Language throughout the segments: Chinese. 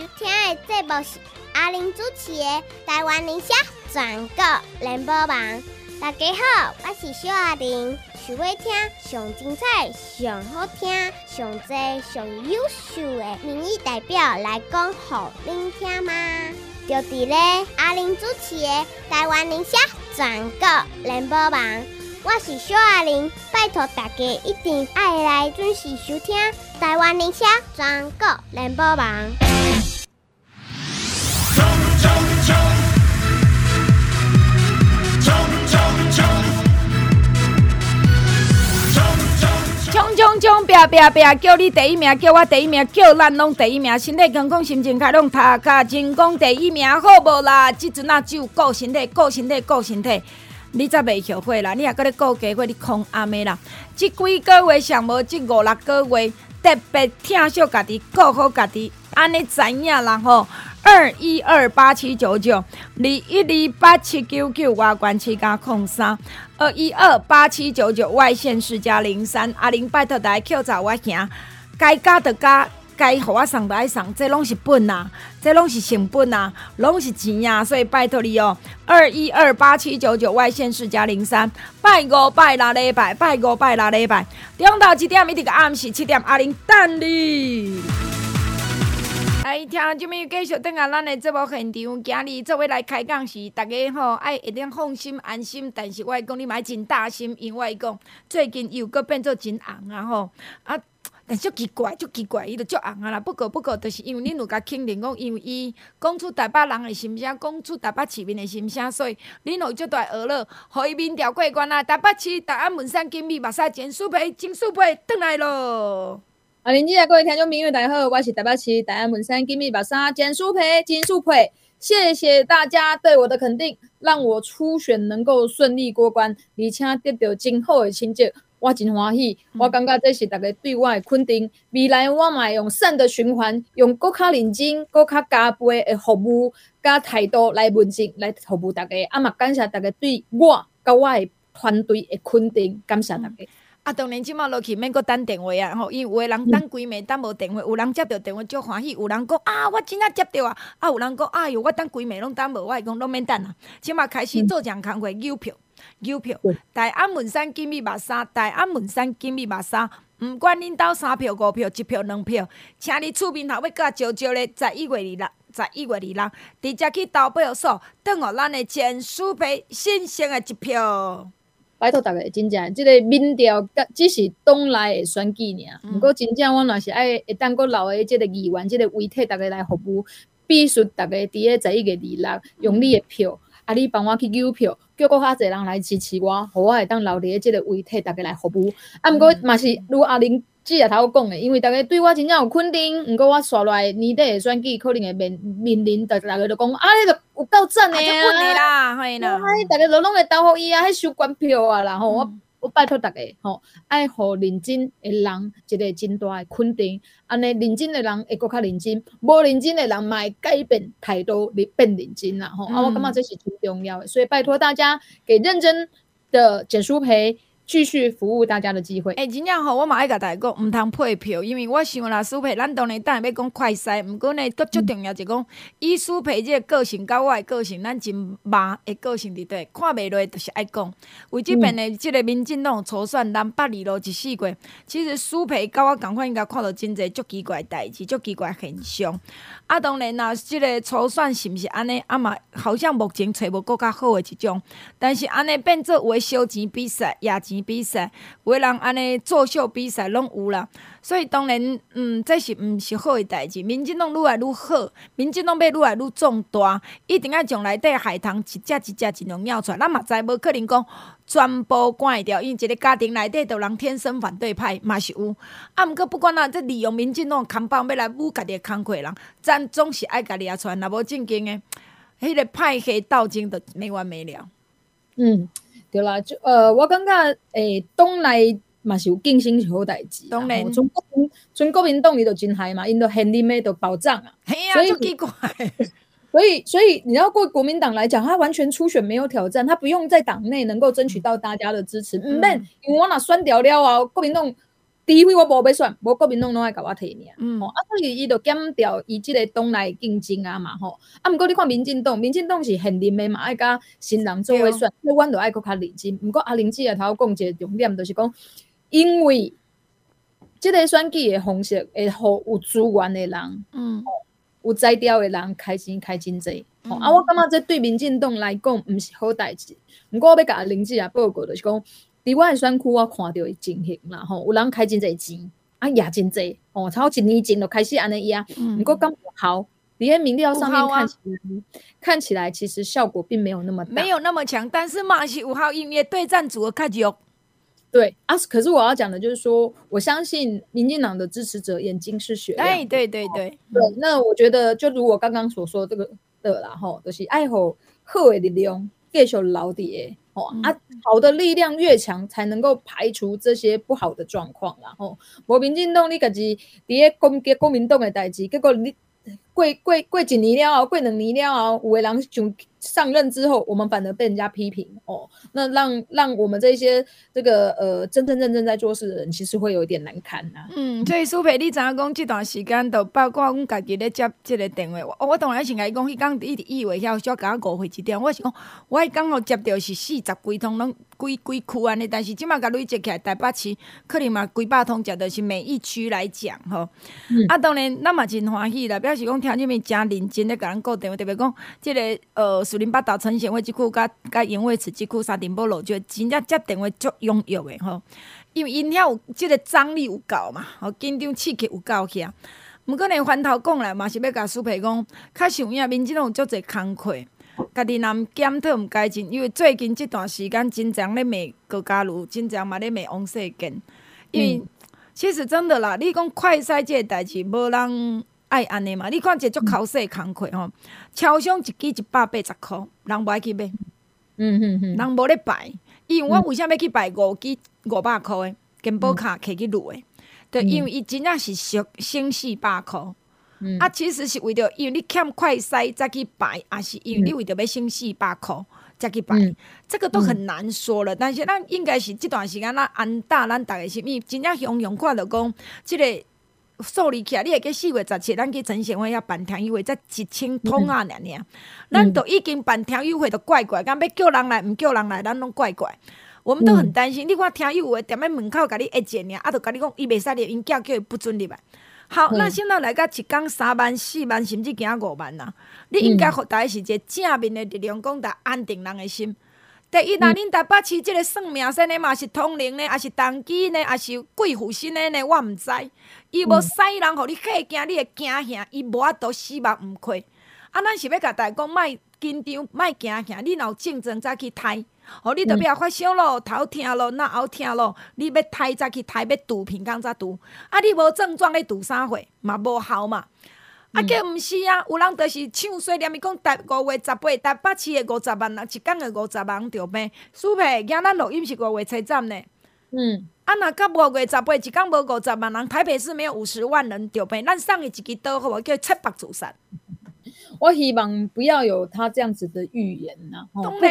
收听的节目是阿玲主持的《台湾理想全国联播网》。大家好，我是小阿玲，想要听上精彩、上好听、上多、上优秀的民意代表来讲，给您听吗？就伫咧阿玲主持的《台湾理想全国联播网》。我是小阿玲，拜托大家一定要来准时收听台湾理想全国联播网。 冲，拼，叫你第一名，叫我第一名，叫咱拢第一名。身体健康，心情开朗，读卡成功第一名，好无啦？即阵啊，只有顾身体，顾身体，顾身体。你才袂后悔啦！你若搁咧顾家伙，你空暗的啦！即几个月上无即5、6个月，特别疼惜家己，顾好家己，安尼知影啦吼！212879921287799外关7加03，2128799外线4加03。阿玲拜托大家扣查我行，该加就加。该互我送就爱送，这拢是本啊，这拢是成本啊，拢是钱啊，所以拜托你哦。2128799外线4加03，拜5拜6礼拜，拜5拜6礼拜，中昼1点一直到暗时7点，阿玲等你。来听这么继续等下咱的节目现场，今日做伙来开讲是大家吼爱会当放心安心，但是我会讲你买真大心，因为我会讲最近又搁变做真红啊吼啊。但足奇怪，伊就足红啊啦！不过，就是因为恁有甲肯定讲，因为伊讲出台北人的心声，讲出台北市民的心声，所以恁有足大娱乐，互伊民调过关啊！台北市大安文山金美目屎前苏培金苏培转来咯！ 阿玲各位听众朋友，大家好，我是台北市大安文山金美目屎前苏培金苏培，谢谢大家对我的肯定，让我初选能够顺利过关，而且得到真好的成绩。我真欢喜，我感觉这是大家对我的肯定。未来我嘛会用善的循环，用更较认真、更较加倍的服务、甲态度来问政，来服务大家。嘛感谢大家对我甲我的团队的肯定，感谢大家。 当然，即马落去免阁等电话啊！吼，因为有的人等几暝等无电话，有人接到电话足欢喜，有人讲啊，我真正接到啊！有人讲哎哟，我等几暝拢等无，我会讲拢免等啊！即马开始做场工会邮票。台安文山金美目屎，台安文山金美目屎，毋管恁兜3票、5票、1票、2票，请你厝边头要甲招咧11月26，直接去投票所，转互咱的前苏培新生的1票。 拜托大家，真正即个民调只是党内的选举尔，毋过真正我若是爱会当阁留的即个议员，即个位替大家来服务，必须大家伫咧11月26用你的票。你帮我去邮票，叫搁较侪人来支持我，互我会当留伫即个位替大家来服务。毋过嘛是如阿玲即日头讲的，因为大家对我真正有肯定，毋过我刷落来年底的选举可能会面临，大家就讲你就有够赞的啦，嘿啦， 大家就拢会投互伊迄收关票啊啦吼。我拜托大家吼，爱互认真的人一个真大的肯定，安尼认真的人会搁较认真，无认真的人嘛会改变态度，变认真啦吼。我感觉这是最重要的，所以拜托大家给认真的简书培继续服务大家的机会。 真正吼，我嘛爱甲大家讲，毋通配票，因为我想啦，苏培咱当然等下要讲快筛，毋过呢，佫足重要就讲，以苏培即个个性，甲我的个性，咱真麻的个性伫底，看袂落就是爱讲。为即边的即个民进党初选南北二路14过，其实苏培甲我共款，应该看到真侪足奇怪的代志，足奇怪的现象。当然啦，即个初选是毋是安尼？嘛，好像目前找无更较好的一种，但是安尼变做有的烧钱比赛、压钱比赛，有的人安尼作秀比赛拢有啦。所以当然，这是毋是好的代志？民进党愈来愈好，民进党要愈来愈壮大，一定要将内底害虫一只尽量咬出来。咱嘛知无可能讲全部关会掉，因为一个家庭内底就人天生反对派嘛是有。毋过不管这利用民进党空棒要来侮家己的工课人，咱总是爱家己出来，若无正经的，迄个派系斗争就没完没了。 对啦，我感觉党内嘛是有竞争是好代志。 当然， 像国民党伊就真害嘛，因就现任的就保障啊。 嘿啊，就奇怪。 所以你要过国民党来讲，他完全初选没有挑战，他不用在党内能够争取到大家的支持。因为我若选掉了啊，国民党除非我无要选，无国民党拢爱甲我提名。所以伊就减掉伊即个党内竞争啊嘛吼。毋过你看民进党是现任的嘛，爱甲新人做伙选，所以阮就爱搁较认真。毋过阿玲姐头讲一个重点，就是讲，因为即个选举的方式会互有资源的人，有才调的人开钱开真济。我感觉这对民进党来讲毋是好代志。毋过我要甲阿玲姐报告，就是讲。伫我的选区，我看到的情形啦，有人开真侪钱，赢真侪，超1年前就开始安尼赢，不过敢有效？伫迄民调上面看起来，其实效果并没有那么大， 没有那么强，但是嘛是有效，因为对战组合较弱。 对啊，可是我要讲的就是说，我相信民进党的支持者眼睛是雪亮的。 对。 那我觉得，就如我刚刚所说这个的啦，就是爱好好的力量继续留伫好的力量越强，才能够排除这些不好的状况啦。无民进党你家己伫咧攻击国民党的代志，结果你过1年了后，过2年了后，有的人想上任之后，我们反而被人家批评那让我们这些这个真正认真在做事的人，其实会有一点难堪啊。 所以苏培，你知影讲这段时间，就包括阮家己咧接这个电话，我当然先甲伊讲，迄天伊伫议会遐少甲我误会一点，我是讲，我迄天接到是40几通，拢几区安尼，但是即马甲累积起来，台北市可能嘛几百通，就是每一区来讲吼。当然咱嘛真欢喜啦，表示讲听这边真认真咧甲咱顾电话，特别讲这个树林八岛陈贤惠这区甲营卫池这区沙丁堡路，就真正接电话足踊跃的吼。因为因遐有即个张力有够嘛，紧张刺激有够遐。毋过呢，翻头讲来嘛是要甲苏培讲，较想影民进党有足侪工课，家己若毋检讨毋改进，因为最近这段时间真常咧骂高嘉瑜，真常嘛咧骂王世坚。因为其实真的啦，你讲快筛这个代志，无人爱安尼嘛。你看一个足考试的工课吼，超商一支180块，人无爱去买，人无咧排。因为我为啥要去排5支500块的健保卡摕去录的？对，因为伊真正是省400块。其实是为着，因为你欠快筛再去排，还是因为你为着要省400块再去排，这个都很难说了。但是咱应该是这段时间，咱安大咱大家心意，真正雄雄看到讲，这个数字起来，你会记4月17，咱去陈贤惠遐办听友会，才1000通啊尔，咱都已经办听友会，都怪怪，敢要叫人来，毋叫人来，咱拢怪怪。我们都很担心。你看听友会踮咧门口，甲你一者尔，就甲你讲，伊袂使入，因叫伊不准入来。好，那现在来到一天3万、4万，甚至惊5万啦。你应该互大家是一个正面的力量，讲来安定人的心。第一，那恁台北市即个算命先的嘛，是通灵的，还是当机呢，还是贵妇身的呢？我毋知。伊无使人，互你吓惊，你会惊吓，伊无法度死目毋亏。咱是要甲大家讲，莫紧张，莫惊吓。你若有竞争，再去刣。你著要发烧咯，头痛咯，那后痛咯，你要刣再去刣，要治平刚再治。你无症状咧治啥货，嘛无效嘛。计毋是啊，有人就是唱衰念伊讲5月18，台北市的50万人，一天的50万人着病。苏培，今咱录音是5月初3呢。若到5月18，一天无50万人，台北市没有50万人着病，咱送伊一支刀好无？叫切腹自杀。 我希望不要有他这样子的预言呐。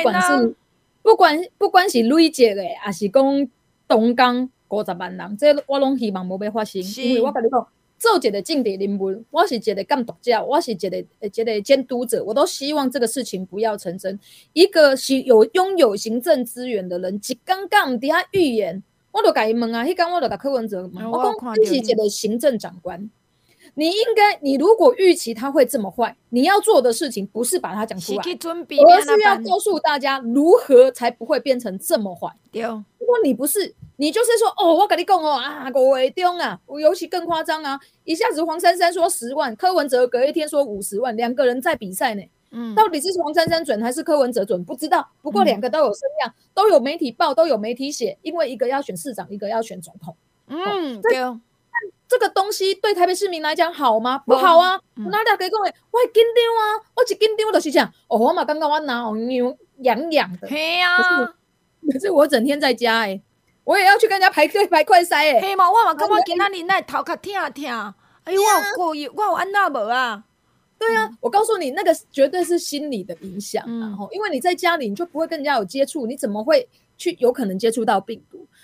不管是累积的，还是讲东港50万人，这我拢希望无要发生。因为我跟你讲，做一个政治人物，我是一个监督者，我是一个监督者，我都希望这个事情不要成真。一个是拥有行政资源的人，一刚刚伫遐预言，我就甲伊问啊，迄天我就甲柯文哲问，我讲你是一个行政长官。你如果预期他会这么坏，你要做的事情不是把它讲出来，而是要告诉大家如何才不会变成这么坏。 对， 如果你不是，你就是说我跟你讲5月中啊，尤其更夸张啊，一下子黄珊珊说10万，柯文哲隔一天说50万，两个人在比赛呢。到底是黄珊珊准还是柯文哲准不知道，不过两个都有声量，都有媒体报，都有媒体写，因为一个要选市长，一个要选总统。 对。 这个东西对台北市民来讲好吗？不好啊！哪大家讲的，我紧张啊！我一紧张就是讲，我嘛刚刚我脑痒痒的。 嘿啊！ 可是我整天在家我也要去跟人家排快筛嘿嘛，我嘛感觉今仔日那头壳痛。哎呦，我有安那无啊？ 对啊，我告诉你，那个绝对是心理的影响因为你在家里，你就不会跟人家有接触，你怎么会有可能接触到病毒？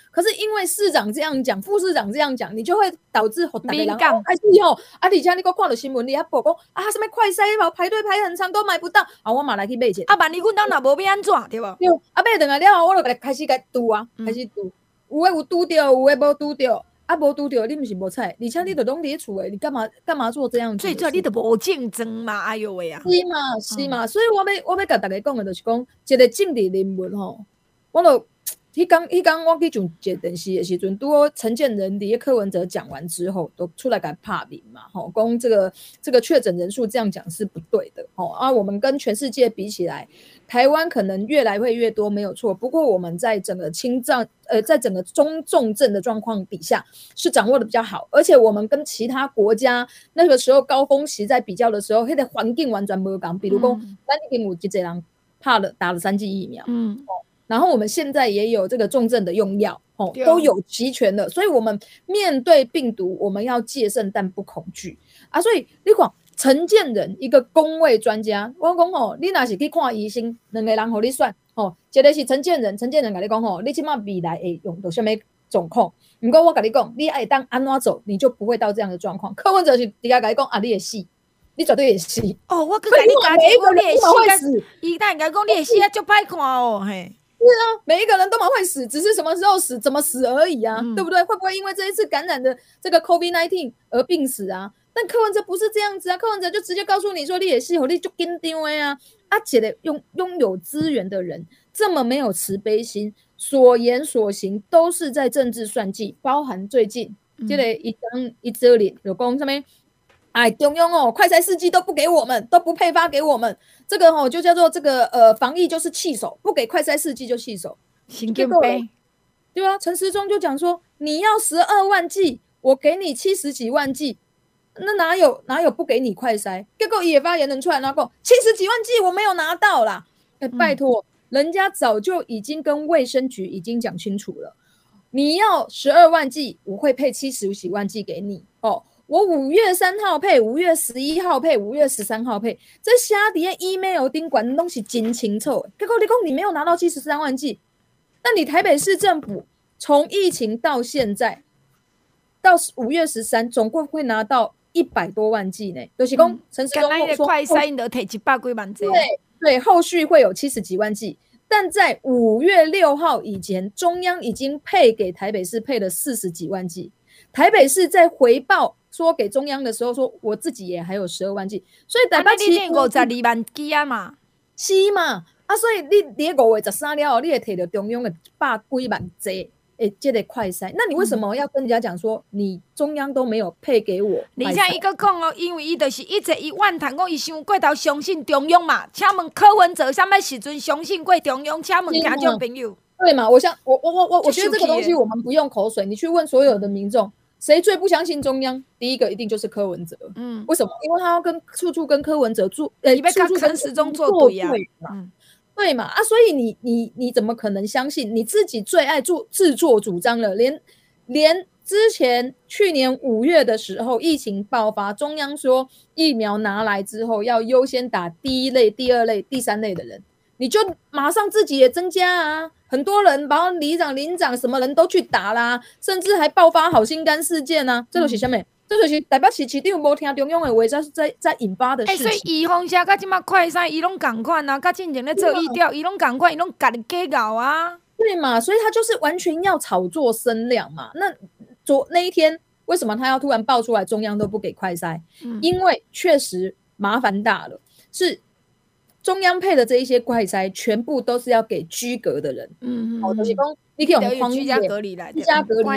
可是因为市长这样讲，副市长这样讲，你就会导致大家人敏感开始吼，而且你搁看到新闻里还报讲什么快筛嘛，排队排很长都买不到，我嘛来去买一个。 万一阮兜若无要安怎，对无？ 对，买回来了后，我就开始拄啊，开始拄，有诶有拄着，有诶无拄着。无拄着，你毋是无菜，而且你都拢伫咧厝诶，你干嘛做这样子？ 最主要你都无竞争嘛，哎呦喂啊！ 是嘛，所以我要甲大家讲诶，就是讲一个政治人物吼，我就迄天我去上一个电视的时阵，拄好陈建仁伫柯文哲讲完之后，都出来给他拍名嘛，吼，讲这个确诊人数这样讲是不对的，吼啊，我们跟全世界比起来，台湾可能越来会越多，没有错。不过我们在整个在整个中重症的状况底下是掌握的比较好，而且我们跟其他国家那个时候高峰期在比较的时候，那个环境完全不同，比如讲，咱已经有一个人打了3剂疫苗，然后我们现在也有这个重症的用药，都有齐全了，所以我们面对病毒，我们要戒慎但不恐惧啊。所以你看陈建仁一个公卫专家，我讲你若是去看医生，两个人互你选，一个是陈建仁跟你讲你现在未来会用到什么状况？不过我跟你讲，你爱当安怎走，你就不会到这样的状况。柯文哲是底下跟你讲你会死。你绝对会死我跟你讲，你会死，伊当然讲你会死啊，足歹看哦，嘿。 是啊，每一个人都蛮会死，只是什么时候死、怎么死而已啊，对不对？会不会因为这一次感染的这个 COVID-19 而病死啊？但柯文哲不是这样子啊，柯文哲就直接告诉你说，你也是有你就紧张的啊！一个拥有资源的人这么没有慈悲心，所言所行都是在政治算计，包含最近这个一则里有讲什么？中央快筛试剂都不给我们，都不配发给我们，这个就叫做这个防疫就是弃守，不给快筛试剂就弃守， 神经病， 对啊，陈时中就讲说，你要12万剂，我给你70几万剂，那哪有不给你快筛？结果也发言人出来，然后70几万剂我没有拿到啦，拜托，人家早就已经跟卫生局已经讲清楚了，你要12万剂，我会配70几万剂给你我5月3号配，5月11号配，5月13号配，这写在 email 顶管东西真清楚。结果你说你没有拿到73万剂，那你台北市政府从疫情到现在到5月13，总共会拿到100多万剂呢。就是说，陈时中说快筛都提100几万剂， 对，后续会有70几万剂。但在5月6号以前，中央已经配给台北市配了40几万剂，台北市在回报说给中央的时候说，我自己也还有12万剂，所以台北市 52万剂啊嘛， 是嘛？所以你5月13了后，你会摕到中央的100几万剂这个快筛，那你为什么要跟人家讲说你中央都没有配给我？ 而且伊佫讲因为伊就是一直伊怨叹讲伊伤过头相信中央嘛，请问柯文哲什么时阵相信过中央？请问听众朋友， 对嘛？我觉得这个东西我们不用口水，你去问所有的民众。谁最不相信中央？第一个一定就是柯文哲。为什么？因为他要处处跟柯文哲处处跟陈时中作对嘛。对嘛？所以你怎么可能相信你自己最爱自作主张了？连之前去年5月的时候，疫情爆发，中央说疫苗拿来之后要优先打第1类、第2类、第3类的人，你就马上自己也增加啊！很多人，包括里长、邻长，什么人都去打啦，甚至还爆发好心肝事件啊！这就是什么？这就是代表市长无听中央的话，在引发的事情。 所以预防下，甲即马快筛，伊拢同款啊，甲之前咧做疫调，伊拢同款，伊拢家己假搞啊。 对嘛？所以他就是完全要炒作声量嘛。那一天，为什么他要突然爆出来中央都不给快筛？因为确实麻烦大了，是。中央配的这一些快筛，全部都是要给居隔的人。就是说你可以用居家隔离来， 居家隔离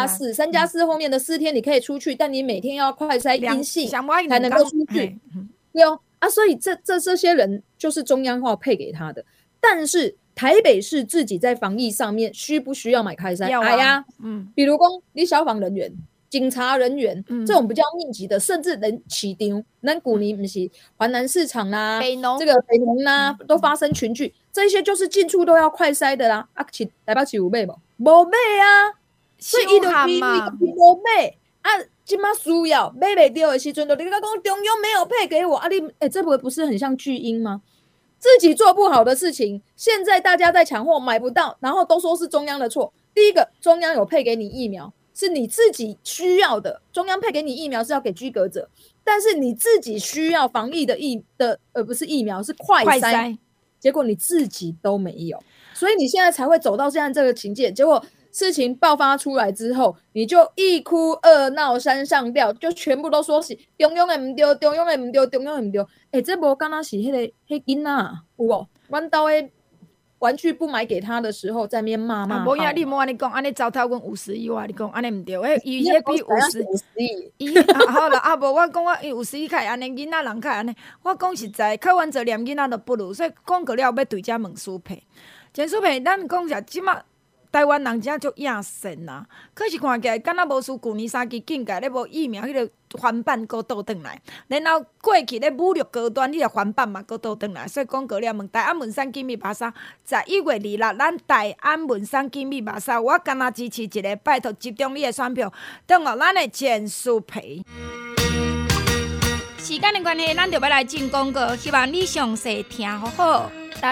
3+4后面的4天你可以出去，但你每天要快筛阴性才能够出去。对所以这些人就是中央要配给他的。但是台北市自己在防疫上面需不需要买快筛？比如说你消防人员。警察人员这种比较密集的，甚至人市场，咱去年不是环南市场啦，这个北农啦，都发生群聚，这些就是进出都要快筛的啦。台北市有买无？无买啊，所以伊就无买现在需要买不到的时候，就你讲中央没有配给我这不是很像巨婴吗？自己做不好的事情，现在大家在抢货买不到，然后都说是中央的错。 第一个，中央有配给你疫苗，是你自己需要的，中央配给你疫苗是要给居隔者，但是你自己需要防疫的不是疫苗，是快筛，结果你自己都没有，所以你现在才会走到现在这个情境。结果事情爆发出来之后，你就一哭二闹三上吊，就全部都说是中央的不对，中央的不对，中央的不对。这不刚刚是那个囡仔有无？我们到的玩具不买给他的时候，在那边骂。 无呀，你莫安尼讲，安尼糟蹋阮50亿哇！你讲安尼唔对，伊迄比50亿，好啦，无我讲我50亿开安尼，囡仔人开安尼。我讲实在，靠阮做念囡仔都不如，所以讲过了要对遮问苏培，简苏培，咱讲下即马。台湾人真足野神啦，可是看起来敢若无输旧年3期境界咧无疫苗，迄个翻版搁倒转来，然后过去咧侮辱高端，迄个翻版嘛搁倒转来，所以讲过了问台安文山金密巴沙，11月26，咱台安文山金密巴沙，我敢若支持一个，拜托集中你的选票，等候咱的简书培。时间的关系，咱就要来进广告，希望你详细听好好。来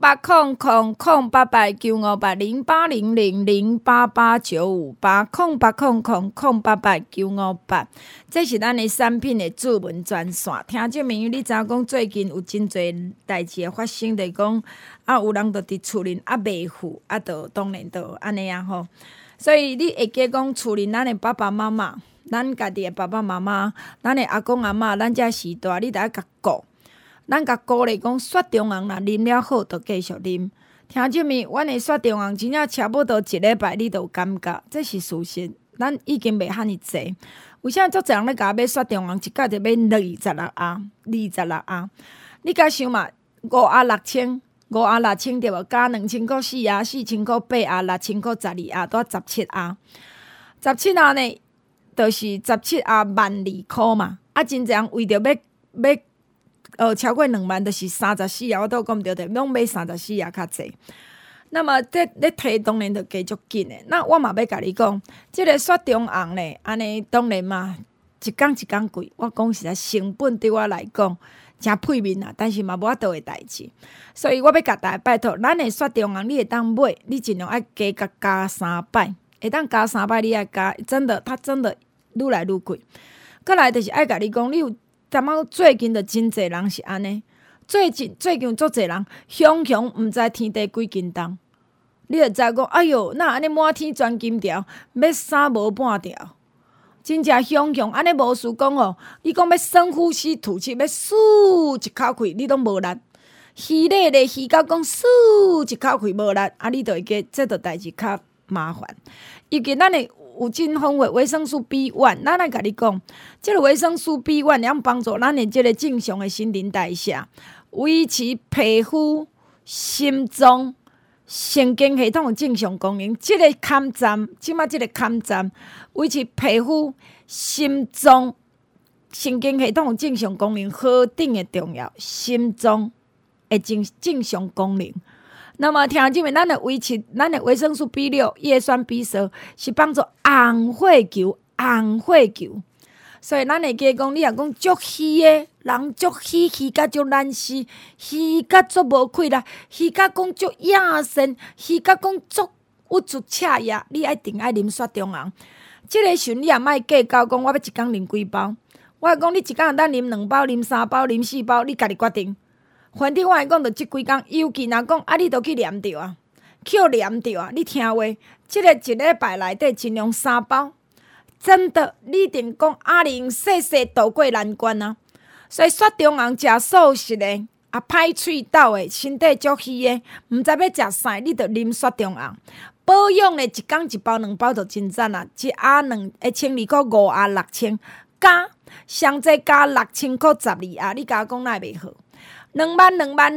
08000958088958，0888958958，这是咱的产品的主文专线。听众朋友，你知影讲最近有真侪代志发生，就是讲有人就伫厝里袂赴，就当然就安尼啊吼。所以你会记讲厝里咱的爸爸妈妈，咱家己的爸爸妈妈，咱的阿公阿嬷，咱遮时代，你得甲顾。咱甲鼓励讲，雪中红若啉了好，就继续啉。听众朋友，阮的雪中红真正差不多1礼拜，你就有感觉，这是事实。咱已经袂遐尼济，为啥足侪人咧甲买雪中红，一角就买26盒，26盒。你甲想嘛，5盒6000，5盒6000对无？加2000块4盒，4000块8盒，6000块12盒，拄17盒。17盒呢，就是17盒12000块嘛。啊，真侪人为着要超过2万，就是34盒，我都讲毋对的，拢买34盒较济。那么这咧摕当然就加足紧的。那我嘛要甲你讲，这个雪中红咧，安尼当然嘛，一工一工贵。我讲实在，成本对我来讲真屁面啊，但是嘛无法度的代志。所以我要甲大家拜托，咱的雪中红你会当买，你尽量爱加3摆，会当加3摆，你爱加，真的，它真的愈来愈贵。过来就是爱甲你讲，你有感觉最近就真侪人是安尼。最近足侪人熊毋知天地几斤重，你就知讲，哎哟，那安尼满天钻金条，要3无半条，真正熊安尼无事讲哦。你讲要深呼吸吐气，要咻一口气，你都无力。鱼咧，鱼到讲咻一口气无力，啊，你就会记，这个代志较麻烦。尤其咱的有真丰富维生素 B1， 咱来甲你讲，这个维生素 B1 能帮助咱的这个正常的新陈代谢。维持皮肤、心脏、神经系统的正常功能，即个抗战，即马即个抗战，维持皮肤、心脏、神经系统的正常功能，何等的重要！心脏的正常功能。那么，听众们，咱的维持，咱的维生素 B6、叶酸 B 十是帮助红血球。所以，咱会记讲，你若讲足虚的人，足虚甲足难死，虚甲足无气力，虚甲讲足野生，虚甲讲足郁出赤野，你一定爱啉雪中红。即个时你也莫计较讲，我要一工啉几包。我讲你一工当啉2包、啉3包、啉4包，你家己决定。反正我会讲，就即几工，尤其若讲啊，你都去念着啊，念着啊，你听话，即个1礼拜内底尽量3包。真的，你一定讲阿玲细渡过难关啊！所以雪中红食素食的，歹喙斗的，身体足虚的，毋知要食啥，你着啉雪中红。保养的，一工1包2包就真赞啊！一盒1200块，5盒6000，加上济加6000块12盒，你甲我讲哪会袂好？2万，满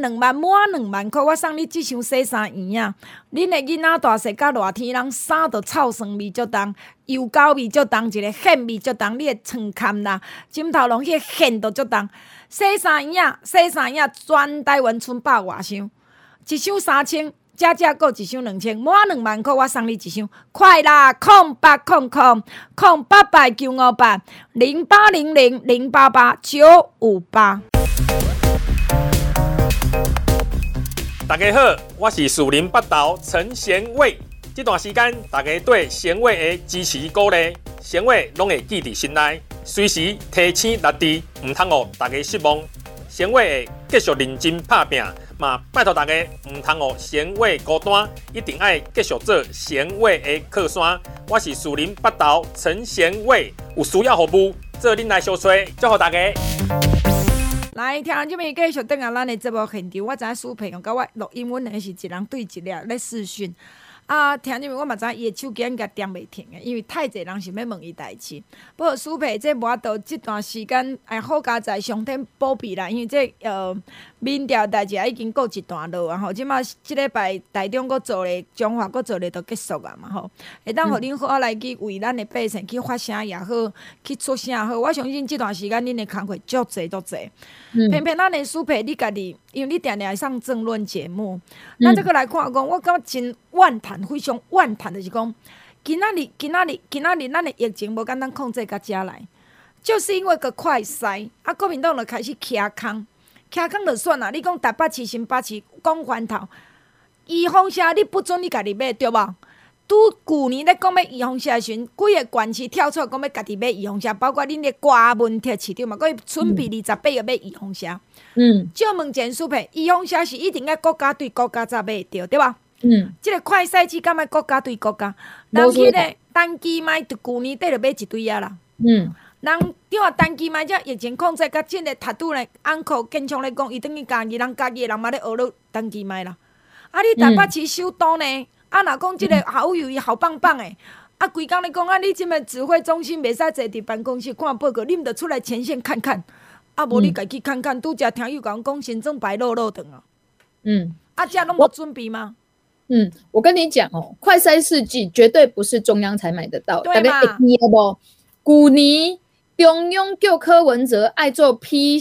2万块，我送你即箱洗衫圆啊！恁的囡仔大细，甲热天人衫着臭酸味足重，油膏味足重，一个馅味足重，你的床坎啦、枕头拢迄个馅着足重。洗衫圆全台湾剩100外箱，一箱3000，加购一箱2000，满2万块，我送你一箱。快啦！0800-0888-0800-0888-958。 大家好，我是树林北投陈贤伟。 这段时间大家对贤伟的支持鼓励，贤伟拢会记伫心内，随时提醒力治，唔通互大家失望。贤伟会继续认真打拼，嘛拜托大家唔通互贤伟孤单，一定爱继续做贤伟的靠山。我是树林北投陈贤伟，有需要服务，做恁来相找，祝福大家。 来，听众们继续等下咱的节目现场。我知影苏培用甲我录音，阮的是一人对一粒咧视讯。听众们，我嘛知影伊的手机应该点袂停的，因为太侪人想要问伊代志。不过苏培这无法度，这段时间好佳在上天保庇啦，因为这民调代志已经过一段路啊吼。即马即礼拜台中佫做咧，中华佫做咧，就结束啊嘛吼。会当互恁好来去为咱的百姓去发声也好，去出声也好。我相信这段时间恁的工课足侪足侪。偏偏咱的苏培，你家己，因为你定定会上政论节目，咱这个来看讲，我感觉真怨叹，非常怨叹，就是讲，今仔日，咱的疫情无简单控制到遮来，就是因为个快筛，国民党就开始倚空就算啦。你讲台北市、新北市讲翻头，预防车你不准你家己买，对无？拄旧年咧讲要预防车的时阵，几个县市跳出来讲要家己买预防车，包括恁的瓜文铁市长嘛，佫准备28月买预防车。借问前苏培，预防车是一定要国家对国家才买得，对吧？即个快筛机敢要国家对国家？人去咧单机麦，旧年底就买一堆啊啦。人对啊，单机麦这疫情控制，甲真个读拄咧，uncle 经常咧讲，伊等于家己人的人嘛咧学了单机麦啦。你台北市首都呢？若讲即个好友伊好棒棒诶，规工咧讲你即个指挥中心袂使坐伫办公室看报告，你毋得出来前线看看。无你家己看看，拄则听有讲行政白落长啊。这拢无准备吗？ 我跟你讲哦，快筛试剂绝对不是中央才买得到， 对嘛？ 旧年中央叫柯文哲爱做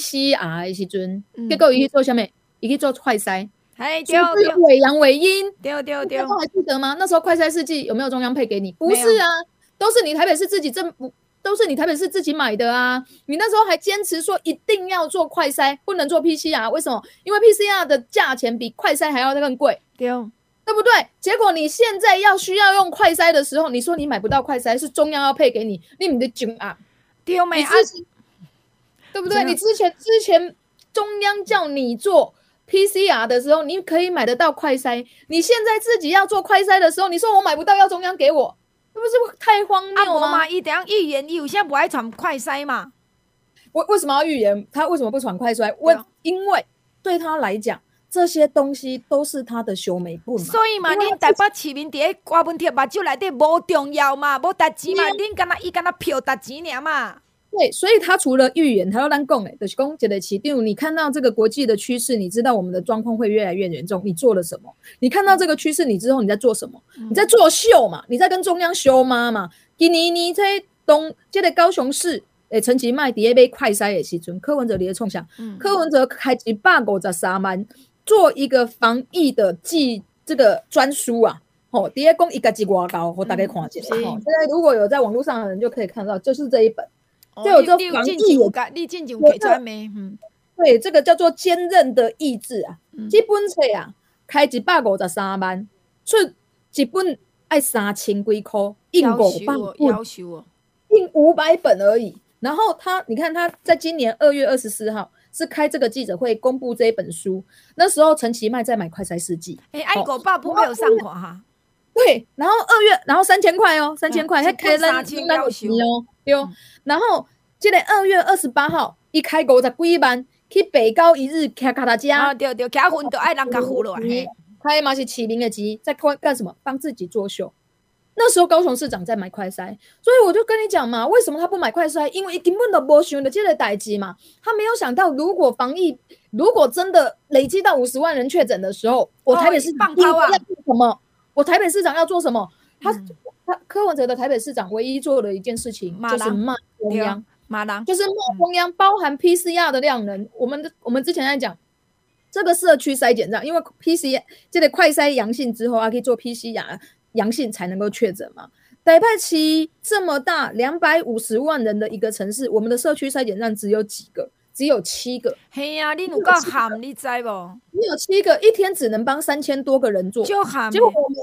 PCR 的时阵，结果伊去做啥物？伊去做快筛。对，伪阳伪阴， 对， 那时候还记得吗？那时候快筛试剂有没有中央配给你？不是啊，都是你台北市自己都是你台北市自己买的啊。你那时候还坚持说一定要做快筛，不能做 PCR， 为什么？因为 PCR 的价钱比快筛还要更贵，对不对？结果你现在需要用快筛的时候，你说你买不到快筛，是中央要配给你，你们的囧啊，对没？对不对？你之前中央叫你做PCR 的时候，你可以买得到快筛，你现在自己要做快筛的时候，你说我买不到，要中央给我，这不是太荒谬吗？ 嘛，伊怎样预言？伊有现在不爱传快筛嘛？ 为什么要预言？他为什么不传快筛？因为对他来讲，这些东西都是他的小美本嘛。 所以嘛，恁台北市民伫咧瓜文贴目睭内底无重要嘛，无值钱嘛，恁敢若票值钱尔嘛。 对，所以他除了预言，他要咱讲就是讲一个市长，你看到这个国际的趋势，你知道我们的状况会越来越严重，你做了什么？你看到这个趋势，你之后你在做什么？你在做秀嘛？你在跟中央秀妈嘛？今年你在这个高雄市，陈其迈伫咧买快筛的时阵，柯文哲伫咧创啥？柯文哲开153万做一个防疫的这个专书啊。伫咧讲伊家己偌高，我大概看一下。现在如果有在网络上的人就可以看到，就是这一本。就有这防疫， 你进前给出来没？ 对，这个叫做坚韧的意志啊。这本册啊，开153万，出一本要3000几块，印500本，印500本而已。然后你看他在今年2月24号是开这个记者会公布这一本书，那时候陈其迈在买快筛试剂， 500本没有上过哈。 对，然后2月，然后3000块哦，3000块，还开了3000哦，对。然后这个2月28号，伊开50几万去北高一日骑脚踏车， 对，骑分就爱人家付落来， 开嘛是起名的钱，在干什么？帮自己作秀。那时候高雄市长在买快筛，所以我就跟你讲嘛，为什么他不买快筛？因为根本都没想到这个代志嘛，他没有想到如果防疫如果真的累积到50万人确诊的时候，我台北市长要做什么？我台北市长要做什么？他柯文哲的台北市长唯一做的一件事情就是骂中央，就是骂中央，包含 PCR 的量能。我们之前在讲这个社区筛检站，因为 PCR 这个快筛阳性之后可以做 PCR 阳性才能够确诊嘛。台北市这么大250万人的一个城市，我们的社区筛检站只有几个？只有7个。 嘿呀，你有够喊，你知不？ 你有7个，一天只能帮3000多个人做， 就喊。 结果我们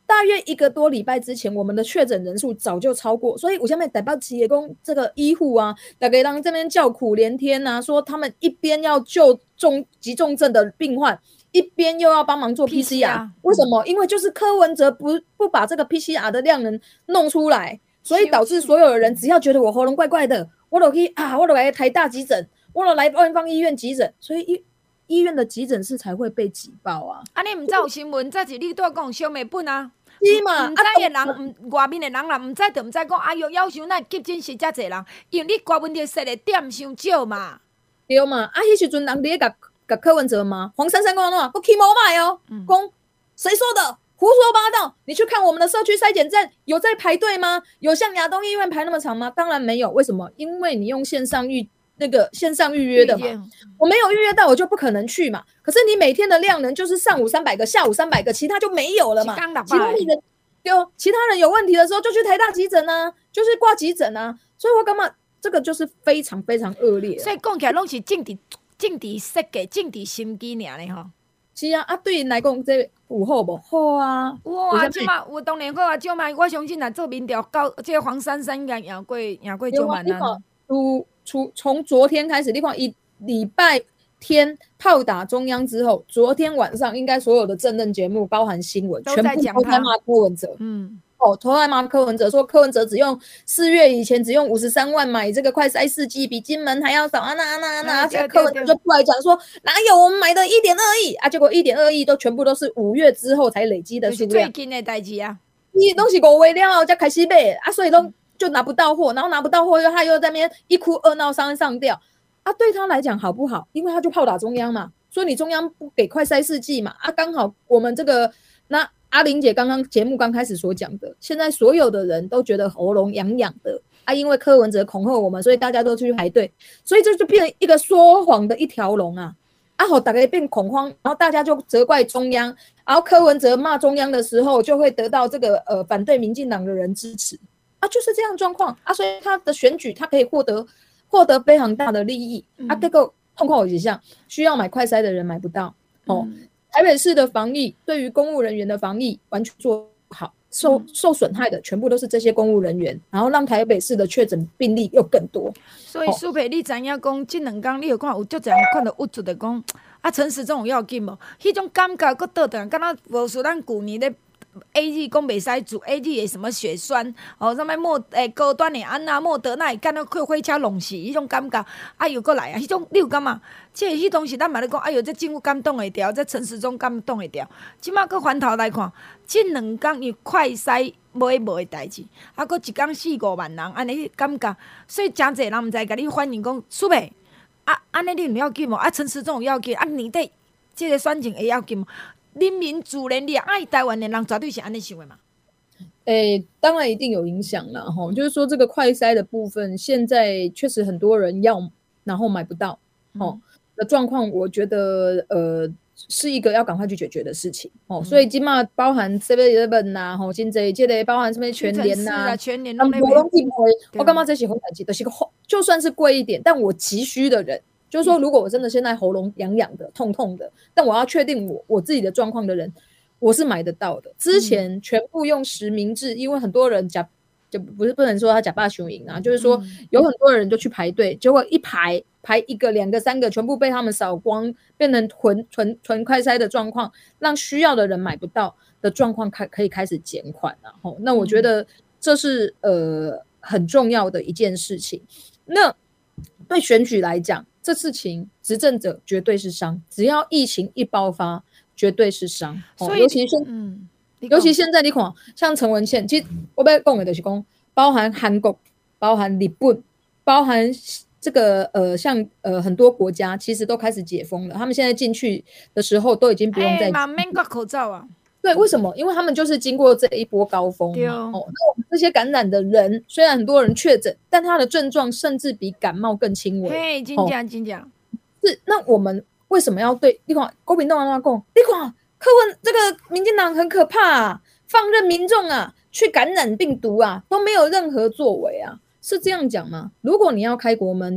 大约1个多礼拜之前，我们的确诊人数早就超过，所以我下面台北市的这个医护啊，大家让这边叫苦连天啊，说他们一边要救急重症的病患，一边又要帮忙做 PCR。为什么？因为就是柯文哲不把这个 PCR 的量能弄出来，所以导致所有的人只要觉得我喉咙怪怪的，我就来台大急诊，我就来万芳医院急诊，所以医院的急诊室才会被挤爆啊！ 你唔知有新闻，早是你拄讲小美本啊？ 是嘛？ 唔知的人，外面的人啦，唔知就唔知讲，哎哟，要求那急诊室遮侪人，因为你高问题设的点伤少嘛。 对嘛？迄时阵人咧甲柯文哲嘛，黄珊珊讲喏，我起毛卖哦，讲谁说的？胡说八道！你去看我们的社区筛检站，有在排队吗？有像亚东医院排那么长吗？当然没有。为什么？因为你用线上预约的嘛，我没有预约到，我就不可能去嘛。可是你每天的量能就是上午300个，下午300个，其他就没有了嘛。其他人有问题的时候就去台大急诊啊，就是挂急诊啊。所以我感觉这个就是非常非常恶劣。 所以讲起来拢是政治设计、政治心机尔咧吼。 是啊，对因来讲，这有好无？好啊！ 哇，即马有当然好啊，少嘛，我相信若做民调，到这个黄珊珊应该赢过9万人。 从昨天开始，你看一礼拜天炮打中央之后，昨天晚上应该所有的政论节目，包含新闻，全部都在骂柯文哲。都在骂柯文哲，说柯文哲只用4月以前只用53万买这个快筛试剂，比金门还要少啊！柯文哲就出来讲说，哪有我们买的1.2亿啊？结果1.2亿全部都是5月之后才累积的数量， 最近的代志啊， 你都是5月了才开始买啊，所以都就拿不到货，然后拿不到货他又在那边一哭二闹三上吊啊，对他来讲好不好？因为他就炮打中央嘛，所以你中央不给快筛试剂嘛啊，刚好我们这个阿玲姐刚刚节目刚开始所讲的，现在所有的人都觉得喉咙痒痒的啊，因为柯文哲恐吓我们，所以大家都去排队，所以这就变成一个说谎的一条龙啊！大家变恐慌，然后大家就责怪中央，然后柯文哲骂中央的时候，就会得到这个反对民进党的人支持啊，就是这样的状况啊，所以他的选举他可以获得非常大的利益啊，这个痛苦一项需要买快筛的人买不到哦。台北市的防疫对于公务人员的防疫完全做不好，受损害的全部都是这些公务人员，然后让台北市的确诊病例又更多。 所以苏培，你知影讲这2天你有看有足侪人看到有出的讲陈时中有要紧无？迄种感觉佫倒转，敢若无像咱旧年咧。AZ 讲袂使做 AZ 的什么血栓什么高端的安娜莫德纳敢若去火车弄死迄种感觉又搁来啊！迄种你有感觉？迄当时咱嘛咧讲，这政府敢挡会掉，这陈时中敢挡会掉？即马搁翻头来看，这2天伊快筛无的代志，搁一天4-5万人，安尼感觉，所以真侪人毋知甲你反映讲，苏北安尼你有要紧无？陈时中有要紧年底这个选情会要紧无？人民自然力爱台湾的人绝对是安尼想的嘛？ 当然一定有影响啦齁，就是说这个快筛的部分，现在确实很多人要，然后买不到的状况，我觉得是一个要赶快去解决的事情所以今嘛包含 7-11 啦真侪这个包含什么全联啦， 全联拢我感觉这是好代志，就是就算是贵一点，但我急需的人。就是说，如果我真的现在喉咙痒痒的、痛痛的，但我要确定我自己的状况的人，我是买得到的。之前全部用实名制，因为很多人就不能说他假霸雄赢啊，就是说有很多人就去排队，结果一排1个、2个、3个，全部被他们扫光，变成纯快筛的状况，让需要的人买不到的状况可以开始减缓了那我觉得这是很重要的一件事情。那对选举来讲，这事情执政者绝对是伤，只要疫情一爆发，绝对是伤。所以尤其现在你看，像陈文茜，其实我要讲的就是讲，包含韩国、包含日本、包含这个像很多国家，其实都开始解封了。他们现在进去的时候，都已经不用再免戴口罩啊。 对，为什么？因为他们就是经过这一波高峰嘛。那我们这些感染的人，虽然很多人确诊，但他的症状甚至比感冒更轻微。 嘿，真讲是。那我们为什么要对？你看，国民党讲，你看柯文这个民进党很可怕放任民众去感染病毒都没有任何作为是这样讲吗？如果你要开国门，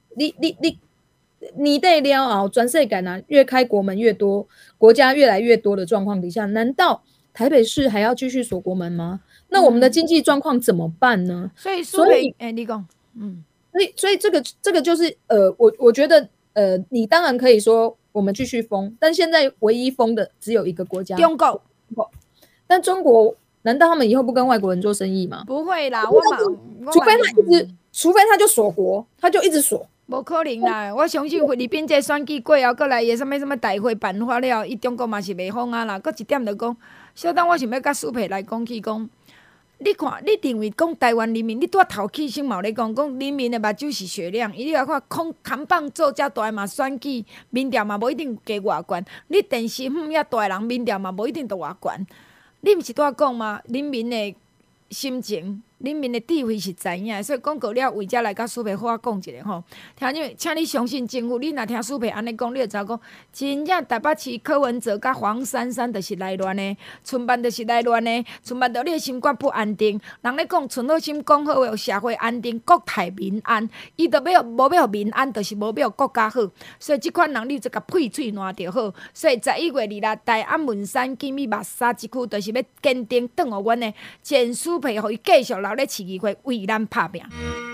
你得了全世界越开国门越多，国家越来越多的状况底下，难道台北市还要继续锁国门吗？那我们的经济状况怎么办呢？ 所以苏培，你讲， 所以这个就是我觉得你当然可以说我们继续封，但现在唯一封的只有一个国家， 中国。 但中国难道他们以后不跟外国人做生意吗？ 不会啦， 除非他就锁国，他就一直锁。 无可能啦！我相信菲律宾这选举过后，过来伊什么大会办法了，伊中国嘛是袂封啊啦。佮一点就讲，小等我想要甲苏培来讲起讲，你看，你认为讲台湾人民，你拄仔头起先嘛咧讲人民的目睭是雪亮，伊来看扛棒做遮大嘛选举，民调嘛无一定加偌悬。你电视遐大人民调嘛无一定就偌悬。你毋是拄仔讲吗？人民的心情。人民的智慧是知影，所以讲过了，为遮来甲苏培好讲一下吼。听你，请你相信政府。你若听苏培安尼讲，你就知讲，真正台北市柯文哲甲黄珊珊就是来乱的，村办就是来乱的，村办着你的心肝不安定。人咧讲存好心，讲好话，社会安定，国泰民安。伊就无要民安，就是无要国家好。所以即款人，你就甲屁喙烂着好。所以11月26日，大安文山金米木沙一区，就是要坚定转互阮的前苏培，互伊继续留咧市议会为咱拍拼。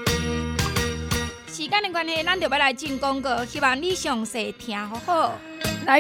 时间的关系，咱就要来进广告，希望你详细听好好。来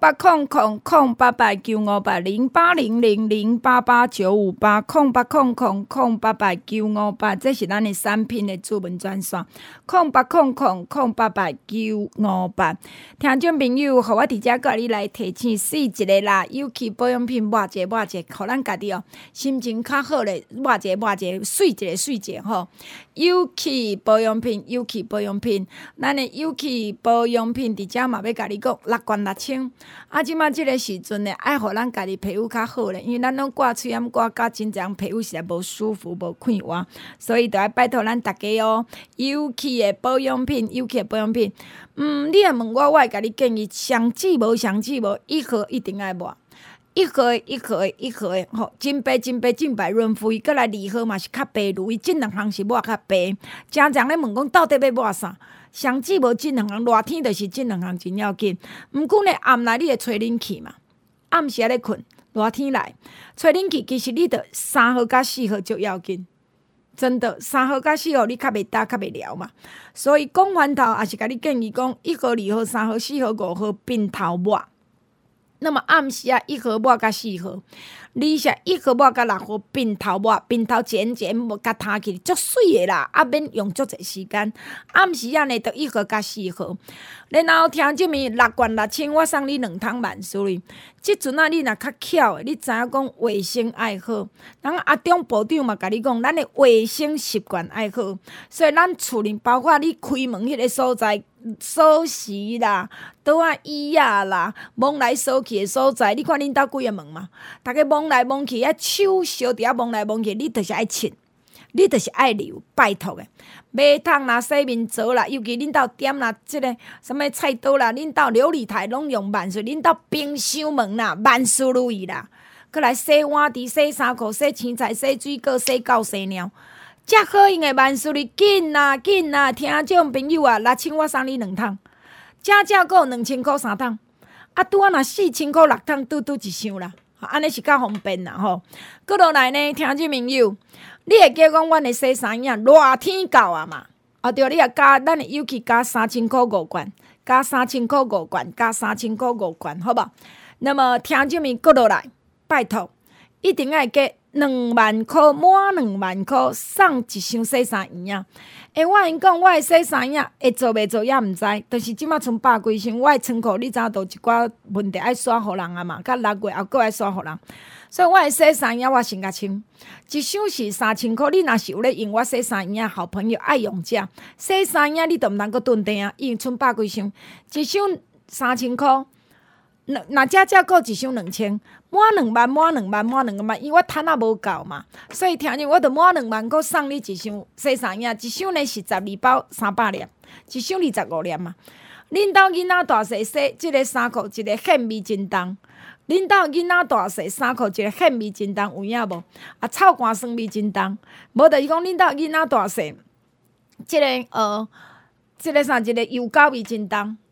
0800-088958，0800-088958，这是咱的产品的主文专线。0800-088958，听众朋友，互我伫遮甲你来提醒4个啦，尤其保养品抹者，互咱家己心情较好咧，抹者，水一个吼。尤其保养品，咱的尤其保养品伫遮嘛要甲你讲6罐6000。即马即个时阵呢，爱互咱家己皮肤较好咧，因为咱拢挂喙炎挂甲真正皮肤实在无舒服、无快活，所以就要拜托咱大家哦。尤其的保养品，你若问我会甲你建议，上姊无，一盒一定爱抹。一盒的，吼，真白润肤，搁来2盒嘛是较白如意，这2项是抹较白。常常咧问讲，到底要抹啥？上姊无这2项，热天就是这2项真要紧。毋过呢，暗内你会吹冷气嘛？暗时咧困，热天来吹冷气，其实你得3号甲4号就要紧。真的，3号甲4号你较袂打，较袂聊嘛。所以讲完头，也是甲你建议讲1号、2号、3号、4号、5号并头抹。那么暗时1号抹甲4号，你是1号抹甲6号并头抹，并头剪抹甲摊起，足水的啦，免用足侪时间。暗时呢，就1号甲4号。然后听这面6罐6000，我送你2桶万事哩。即阵你若较巧的，你知影讲卫生爱好。人阿中部长嘛，甲你讲，咱的卫生习惯爱好。所以咱厝里包括你开门迄个所在。锁匙啦，倒椅仔啦，摸来锁去的所在，你看恁兜几个门嘛？逐个摸来摸去，手烧伫摸来摸去，你就是爱清，你就是爱留，拜托的。马桶啦、洗面槽啦，尤其恁兜点啦，即个什么菜刀啦，恁兜琉璃台拢用万岁，恁兜冰箱门啦，万事如意啦。搁来洗碗池、洗衫裤、洗青菜、洗水果、洗狗、洗猫。遮好用的万事哩，紧啦，听众朋友啊，6000我送你2桶，正个有2000块3桶，拄若4000块6桶，拄一箱啦，安尼是较方便啦吼。搁落来呢，听众朋友，你会记讲阮的洗衫液热天到啊嘛？对，你也加咱的尤其加3000块5罐，加3000块5罐，加3000块5罐，好无？那么听众朋友搁落来，拜托，一定要加。2万块，满2万块，送一箱洗衫液啊！我因讲，我的洗衫液会做袂做也毋知，但是即马剩100几箱，我的仓库你知影都一寡问题爱刷互人啊嘛，甲6月后搁爱刷互人，所以我的洗衫液我先甲清，一箱是3000块。你若是有咧用我洗衫液，好朋友爱用者，洗衫液你都毋通搁囤订啊，因为剩100几箱，一箱3000块。若遮搁一箱2000，满2万，因为我趁啊无够嘛，所以听见我着满2万，搁送你一箱洗衫液，一箱呢是12包300粒，一箱25粒嘛。恁兜囡仔大细洗即个衫裤，一个显味真重。恁兜囡仔大细衫裤，一个显味真重，有影无？臭汗酸味真重。无就是讲恁兜囡仔大细，即个啥？一个油膏味真重。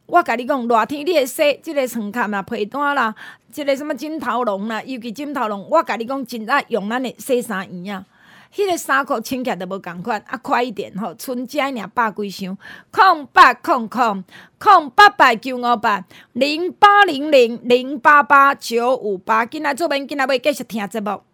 我甲你讲，热天你会洗即个床垫啦、被单啦、即个什么枕头笼啦，尤其枕头笼，我甲你讲，真爱用咱的洗衫圆啊。迄个衫裤穿起来都无共款，啊快一点吼，剩遮尔百几箱，0800-0800-0800-088958，今仔做免，今仔要继续听节目。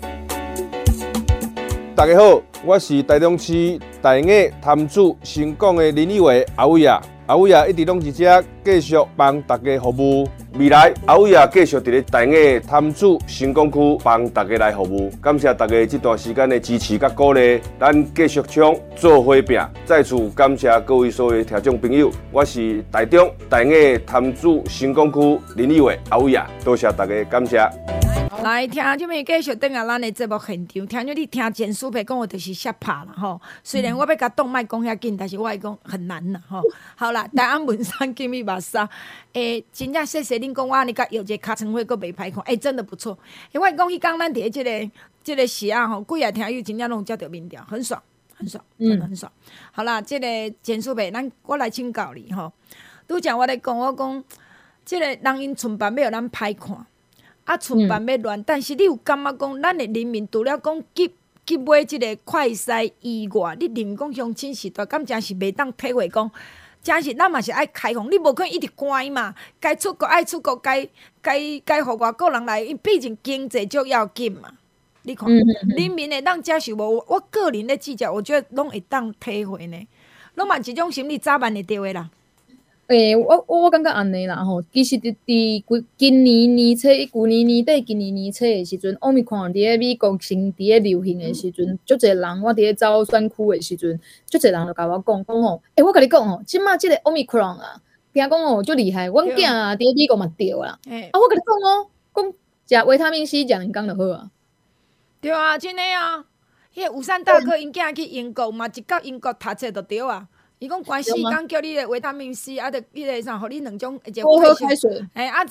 大家好，我是台中市大雅潭子新港的林立伟阿伟啊。阿伟啊，一直拢是遮继续帮大家服务。未来阿伟啊，继续伫咧大雅潭子新港区帮大家来服务。感谢大家这段时间的支持甲鼓励，咱继续冲做伙拼。再次感谢各位所有听众朋友，我是台中大雅潭子新港区林立伟阿伟啊，多谢大家，感谢。 来，听众们继续等下咱的节目现场。听着你听简书培讲话就是瞎拍啦吼。虽然我要甲动脉讲遐紧，但是我会讲很难啦吼。好啦，大安文山金米目沙，真正谢谢恁讲我安尼甲摇一个尻川花，阁袂歹看，真的不错。我讲迄天咱伫即个时啊吼，几个听友真正拢接到面条，很爽，很爽，真的很爽。好啦，即个简书培，我来请教你吼。拄则我咧讲，我讲即个人因村办要咱歹看。啊，村办要乱，但是你有感觉讲，咱的人民除了讲去买即个快筛以外，你人民讲乡亲时代，敢真是袂当体会讲，真是咱嘛是爱开放，你无可能一直关嘛，该出国爱出国，该互外国人来，因毕竟经济足要紧嘛。你看，人民会当接受无？我个人咧计较，我觉得拢会当体会呢，拢嘛一种心理早晚会到的啦。 我感觉安尼啦吼，其实伫今年年初、旧年年底、今年年初的时阵，Omicron 伫咧美国先伫咧流行的时阵，足侪人我伫咧走选区的时阵，足侪人就甲我讲吼，我甲你讲吼，即马即个 Omicron 啊，听讲吼足厉害，阮囝啊伫咧美国嘛着啦，我甲你讲哦，讲食维他命 C 食2工就好啊。 对啊，真诶啊，迄个五山大哥因囝去英国嘛，一到英国读册就对啊。伊讲关4工叫你的维他命 C， 啊，着迄个啥，互你2种喝开水。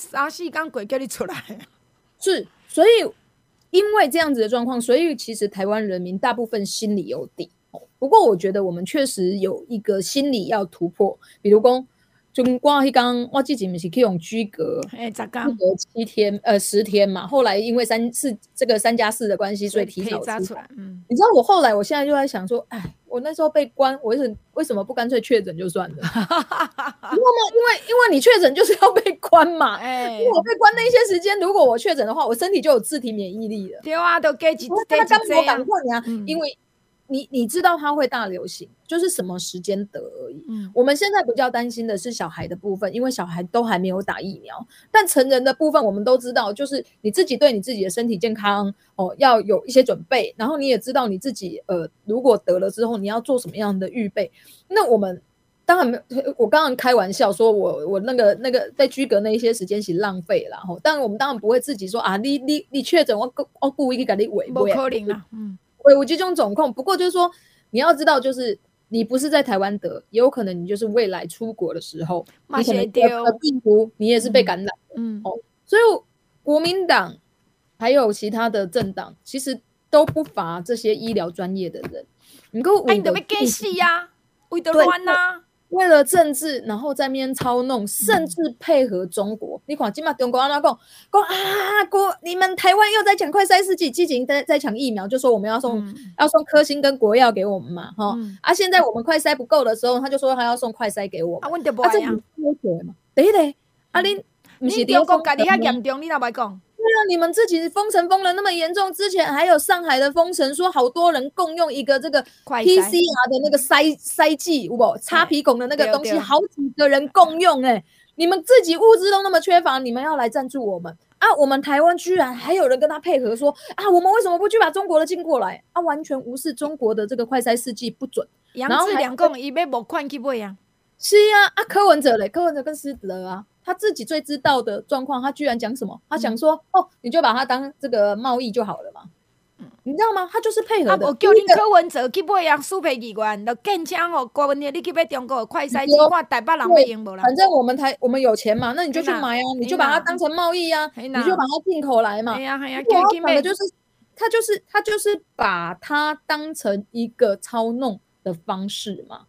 4工过叫你出来。 是，所以因为这样子的状况，所以其实台湾人民大部分心里有底。不过我觉得我们确实有一个心理要突破，比如讲，就我迄天我之前不是去用居隔7天10天嘛，后来因为这个3+4的关系，所以提早出来。你知道我现在就在想说，我那时候被关，我为什么不干脆确诊就算了？你知道吗？因为你确诊就是要被关嘛。因为我被关那些时间，如果我确诊的话，我身体就有自体免疫力了。 对啊，都加一我赶快啊，因为你知道它会大流行，就是什么时间得而已。我们现在比较担心的是小孩的部分，因为小孩都还没有打疫苗。但成人的部分，我们都知道，就是你自己对你自己的身体健康要有一些准备，然后你也知道你自己如果得了之后你要做什么样的预备。那我们当然，我刚刚开玩笑说我那个在居隔那一些时间是浪费啦。但我们当然不会自己说啊，你确诊我故意去给你违背， 不可能啦。 有这种状况，不过就是说，你要知道，就是你不是在台湾得，也有可能你就是未来出国的时候，你可能得病毒，你也是被感染的。所以国民党还有其他的政党，其实都不乏这些医疗专业的人。你都要假死啊，为着乱啊。 为了政治，然后在那边操弄，甚至配合中国。你看，现在中国安怎讲你们台湾又在抢快筛试剂，积极在抢疫苗，就说我们要送科兴跟国药给我们嘛，现在我们快筛不够的时候，他就说他要送快筛给我们。 阮就不爱啊。 第一个，你中国家己遐严重，你哪袂讲？ 对啊，你们自己封城封了那么严重，之前还有上海的封城，说好多人共用一个这个 PCR 的那个筛剂，有无插鼻孔的那个东西，好几个人共用你们自己物资都那么缺乏，你们要来赞助我们啊？我们台湾居然还有人跟他配合说啊，我们为什么不去把中国的进过来啊？完全无视中国的这个快筛试剂不准。 杨志良讲伊要募款去买啊。 是啊，柯文哲跟施德啊。他自己最知道的状况，他居然讲什么？他讲说，你就把它当这个贸易就好了嘛，你知道吗？他就是配合的。 我叫你柯文哲去买苏培议员，就建请郭文哲你去买中国的快筛剂，看台北人要用无啦。 反正我们有钱嘛，那你就去买啊，你就把它当成贸易啊，你就把它进口来嘛。 哎呀， 讲的就是他就是把它当成一个操弄的方式嘛。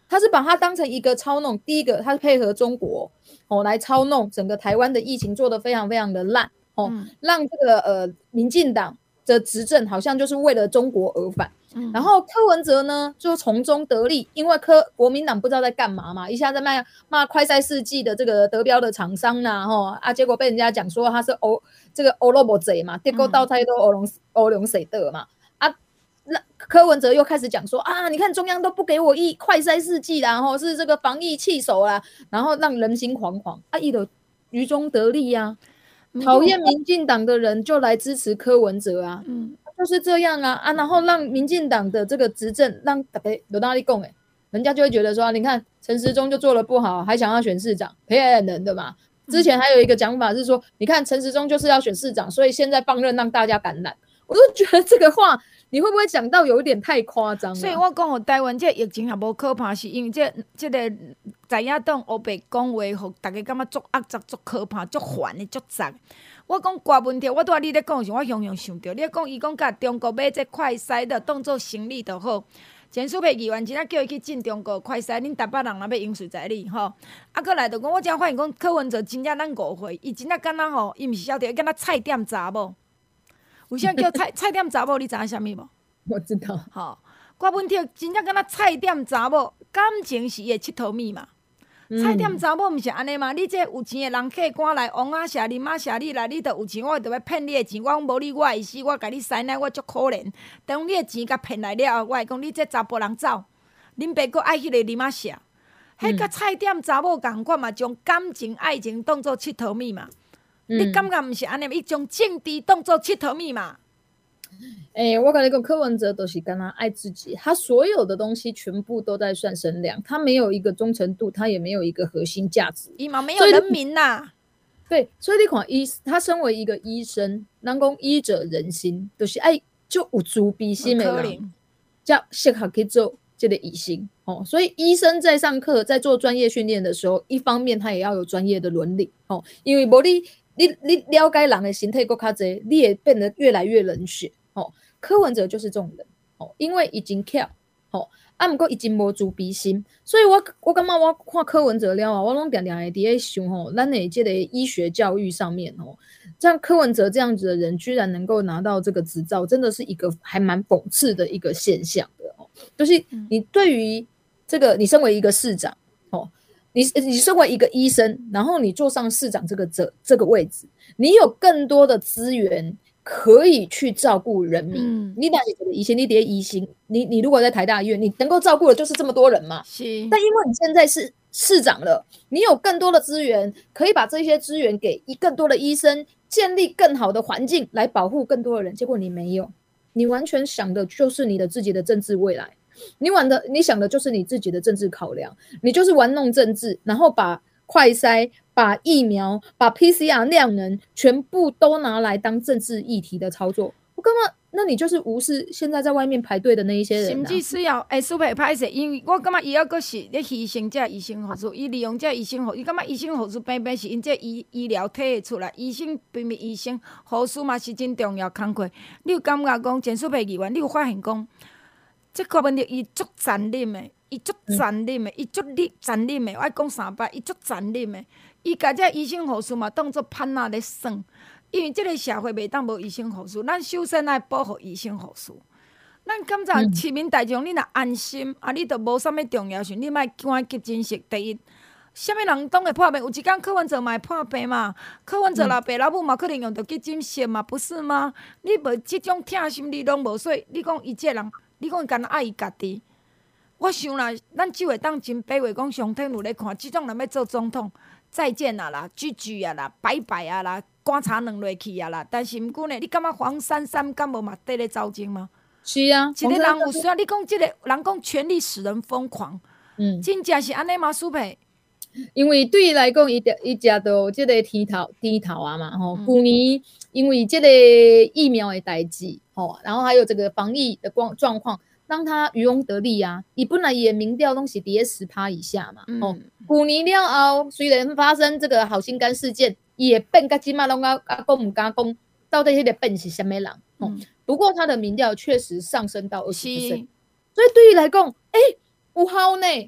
他是把它当成一个操弄。第一个，他是配合中国来操弄整个台湾的疫情，做得非常非常的烂让这个民进党的执政好像就是为了中国而反。然后柯文哲呢就从中得利，因为国民党不知道在干嘛嘛，一下在骂快筛试剂的这个得标的厂商啦结果被人家讲说他是这个欧罗伯贼嘛，结果到太多欧龙谁的嘛柯文哲又开始讲说你看中央都不给我快筛试剂啦是这个防疫弃守啦，然后让人心惶惶一的于中得利啊，讨厌民进党的人就来支持柯文哲啊就是这样然后让民进党的这个执政让大家有哪里讲人家就会觉得说你看陈时中就做得不好，还想要选市长，骗人的嘛。之前还有一个讲法是说你看陈时中就是要选市长，所以现在放任让大家感染。我都觉得这个话你会不会讲到有一点太夸张了？ 所以我讲台湾这疫情也无可怕，是因为这个在野党黑白讲话，互大家感觉足恶杂、足可怕、足烦的、足杂。我讲大问题，我拄仔你咧讲时，我常常想到，你讲伊讲甲中国买这快筛的当作生理就好。前苏培议员真正叫伊去进中国快筛，恁台北人若要用水在哩吼。过来就讲，我真发现讲柯文哲真正咱误会，伊真正敢若吼，伊毋是晓得，伊敢若菜店查某。为啥叫菜店查某？你知影啥物无？ 我知道。 我问题真正敢若菜店查某，感情是伊的佚佗物嘛？菜店查某毋是安尼嘛？你这有钱的人客赶来，王仔写你，妈写你来，你著有钱，我著要骗你的钱。我无你，我会死，我甲你塞奶，我足可怜。等你的钱甲骗来了后，我会讲你这查甫人走，恁爸阁爱迄个啉仔写。迄甲菜店查某共款嘛，将感情、爱情当作佚佗物嘛。你感觉毋是安尼？伊将政治当作佚佗物嘛？ 我跟你讲，柯文哲都是跟他爱自己，他所有的东西全部都在算声量，他没有一个忠诚度，他也没有一个核心价值， 伊嘛没有人民呐。 对，所以你看他身为一个医生，人讲医者仁心，就是就有慈悲心的人，才适合去做这个医生所以医生在上课，在做专业训练的时候，一方面他也要有专业的伦理因为无你了解人的身体更较多，你也变得越来越冷血柯文哲就是这种人因为已经巧不过已经无慈悲心，所以我感觉我看柯文哲了我拢常常会在想咱的这个医学教育上面像柯文哲这样子的人居然能够拿到这个执照，真的是一个还蛮讽刺的一个现象的就是你对于这个你身为一个市长你身为一个医生，然后你坐上市长这个位置，你有更多的资源可以去照顾人民你哪里觉得以前你得医生你如果在台大医院，你能够照顾的就是这么多人嘛是，但因为你现在是市长了，你有更多的资源，可以把这些资源给更多的医生，建立更好的环境来保护更多的人，结果你没有，你完全想的就是你的自己的政治未来，你想的就是你自己的政治考量，你就是玩弄政治，然后把快筛、把疫苗、把 PCR 量能全部都拿来当政治议题的操作。我干嘛？那你就是无视现在在外面排队的那一些人甚至需要苏培歹势，因为我感觉伊还阁是咧牺牲这医生护士，伊利用这医生护士，伊感觉医生护士偏偏是因这医疗体系出来，医生偏偏医生护士嘛是真重要工课。你有感觉讲前苏培议员，你有发现讲？这个问题，伊足残忍的，伊足残忍的，伊足残忍的。我爱讲3摆，伊足残忍的。伊甲这医生护士嘛当作潘仔咧算，因为这个社会袂当无医生护士，咱首先爱保护医生护士。咱感觉市民大众，你若安心，你就无啥物重要性，你莫赶急诊室。第一，啥物人当会破病？有一天柯文哲嘛会破病嘛？柯文哲老爸老母嘛可能用到急诊室嘛，不是吗？你无即种疼心你拢无，所以你讲伊这人。你讲伊干那爱伊家己，我想啦，咱只会当真卑微讲上天有咧看，即种人要做总统，再见啊啦，GG啊啦，拜拜啊啦，棺材软落去啊啦。但是毋过呢，你感觉黄珊珊敢无嘛缀咧走精吗？ 是啊， 一个人有需要，你讲即个人讲权力使人疯狂，真正是安尼吗？苏培？ 因为对伊来讲，伊食到即个天头啊嘛去年因为这个疫苗的代志然后还有这个防疫的状况，让他渔翁得利啊。伊本来也民调拢是跌10%以下嘛去年了后，虽然发生这个好心肝事件，伊也变到即马拢讲唔敢讲到底迄个变是什么人不过他的民调确实上升到20%，所以对伊来讲有效呢。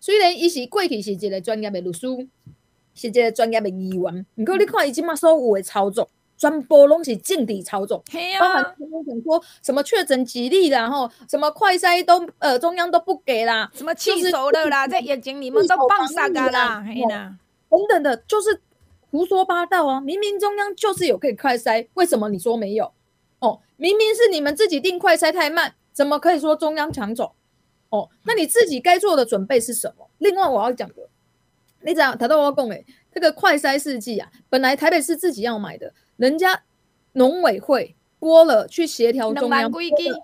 虽然伊是过去是一个专业的律师，是一个专业的议员，不过你看伊即马所有的操作，全部拢是政治操作，包含讲说什么确诊几例啦，吼，什么快筛都中央都不给啦， 什么气手了啦，在疫情你们都放杀噶啦，嘿啦， 等等的，就是胡说八道啊！明明中央就是有可以快筛，为什么你说没有？哦，明明是你们自己定快筛太慢，怎么可以说中央抢走？哦，那你自己该做的准备是什么？另外我要讲的，你讲谈到我要讲诶，这个快筛试剂啊，本来台北市自己要买的，人家农委会拨了去协调中央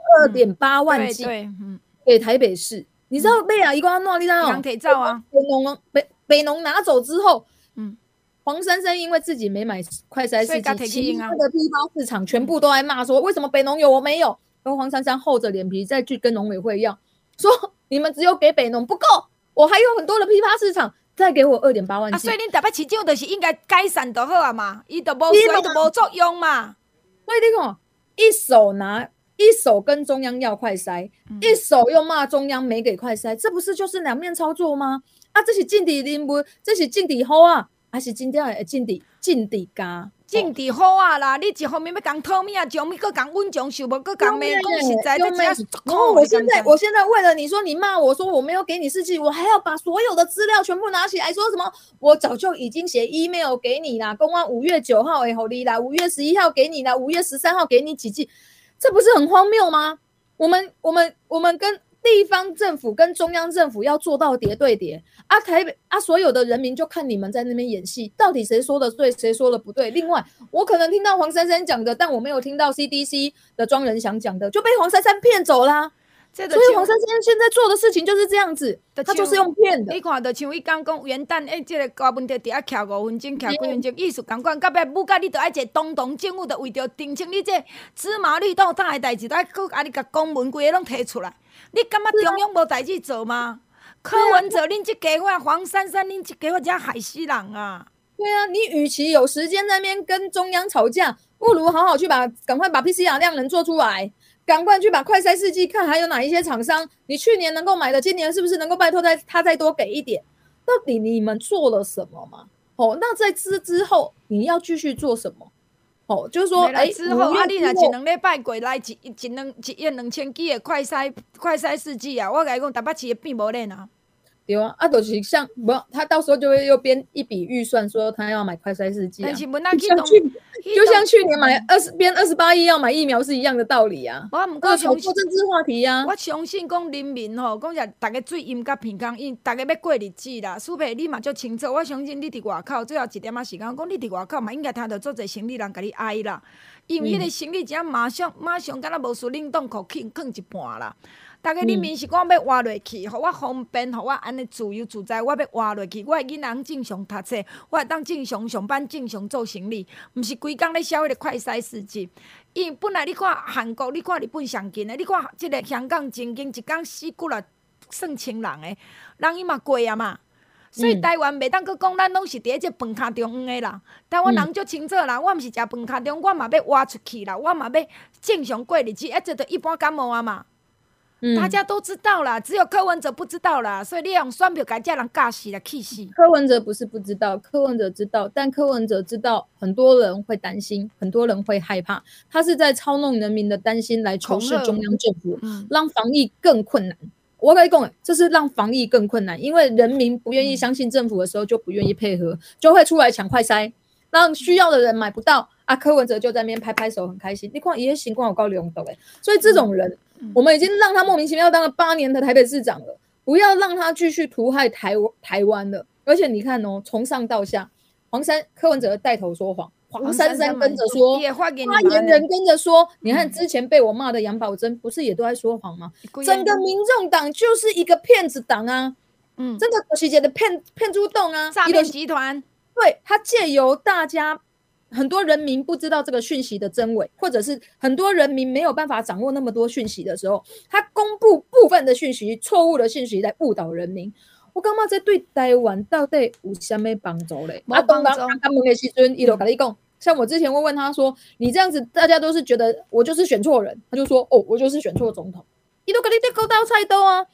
2.8万剂给台北市，你知道买啊一罐哪里知道？ 羊腿皂啊， 北农拿走之后，黄珊珊因为自己没买快筛试剂，其他的批发市场全部都在骂说，为什么北农有我没有？然后黄珊珊厚着脸皮再去跟农委会要，说你们只有给北农不够，我还有很多的批发市场，再给我2.8万剂。 所以恁台北市长就是应该改善就好啊嘛，伊就无作用嘛。 所以你看，一手跟中央要快筛，一手又骂中央没给快筛，这不是就是两面操作吗？啊，这是政治人物，这是政治好啊，还是真正的政治家？ 政治好啊啦！你一方面要讲讨命奖，搁讲稳奖受，无搁讲咩？讲实在，这真苦。 我现在为了你说你骂我说我没有给你试剂，我还要把所有的资料全部拿起来说什么？我早就已经写 email 给你啦，公安5月9号给你啦，5月11号给你啦，5月13号给你几剂，这不是很荒谬吗？我们跟地方政府跟中央政府要做到叠对叠啊，台北啊，所有的人民就看你们在那边演戏，到底谁说的对，谁说的不对？另外，我可能听到黄珊珊讲的，但我没有听到 CDC 的庄仁祥讲的，就被黄珊珊骗走啦。所以黄珊珊现在做的事情就是这样子，他就是用骗的。 你看，就像伊讲元旦，这个高文特伫遐徛5分钟，徛几分钟，意思共款，到尾母甲你着爱一个东东政府，着为着澄清你这芝麻绿豆大的代志，着爱搁安尼甲公文规个拢提出来。你感觉中央无代志做吗？柯文哲恁这家伙，黄珊珊恁这家伙，真害死人啊！ 对啊，你与其有时间在那边跟中央吵架，不如好好去赶快把 PCR 量能做出来。赶快去把快筛试剂看还有哪一些厂商，你去年能够买的，今年是不是能够拜托他再多给一点？到底你们做了什么嘛？哦，那在之后你要继续做什么？哦，就是说， 之后啊，你若1-2礼拜过来1亿2000几的快筛试剂啊，我甲你讲，台北市变无咧啊。 对啊，就是像不，他到时候就会又编一笔预算，说他要买快筛试剂啊。就像去年编28亿要买疫苗是一样的道理啊。 我唔过炒作政治话题啊。 我相信讲人民吼，讲实大家最阴甲平康，因大家要过日子啦。苏培你嘛足清楚，我相信你伫外口最后一点仔时间，讲你伫外口嘛应该听到做者生理人甲你哀啦，因为迄个生理只马上敢若无输冷冻库囥一半啦。大家人民是讲要活落去，互我方便，互我安尼自由自在，我要活落去，我的囡仔正常读册，我会当正常上班，正常做生理，毋是规工咧销迄个快筛试剂。因为本来你看韩国，你看日本上近的，你看即个香港曾经一工死几啦，算千人的，人伊嘛过啊嘛。所以台湾袂当阁讲咱拢是伫即饭卡中的啦，台湾人足清楚啦，我毋是食饭卡中，我嘛要活出去啦，我嘛要正常过日子，这就一般感冒啊嘛。大家都知道啦，只有柯文哲不知道啦，所以你用选票把这人尬死了，气死。 柯文哲不是不知道，柯文哲知道，但柯文哲知道很多人会担心，很多人会害怕，他是在操弄人民的担心来仇视中央政府，让防疫更困难。我跟你讲，这是让防疫更困难，因为人民不愿意相信政府的时候，就不愿意配合，就会出来抢快筛，让需要的人买不到啊。柯文哲就在那边拍拍手，很开心。你看，也行光有高流动所以这种人。我们已经让他莫名其妙当了8年的台北市长了，不要让他继续屠害台湾了。而且你看哦，从上到下，柯文哲带头说谎，黄珊珊跟着说，发言人跟着说，你看之前被我骂的杨宝珍，不是也都在说谎吗？整个民众党就是一个骗子党啊，真的是一个骗猪洞啊， 诈骗集团。 对，他借由大家。很多人民不知道这个讯息的真伪，或者是很多人民没有办法掌握那么多讯息的时候，他公布部分的讯息、错误的讯息来误导人民。我感觉这对台湾到底有什么帮助嘞？当然，他们的时阵，他就跟你讲，像我之前会问他说：“你这样子，大家都是觉得我就是选错人。”他就说：“哦，我就是选错总统。”他就跟你在勾刀菜刀啊。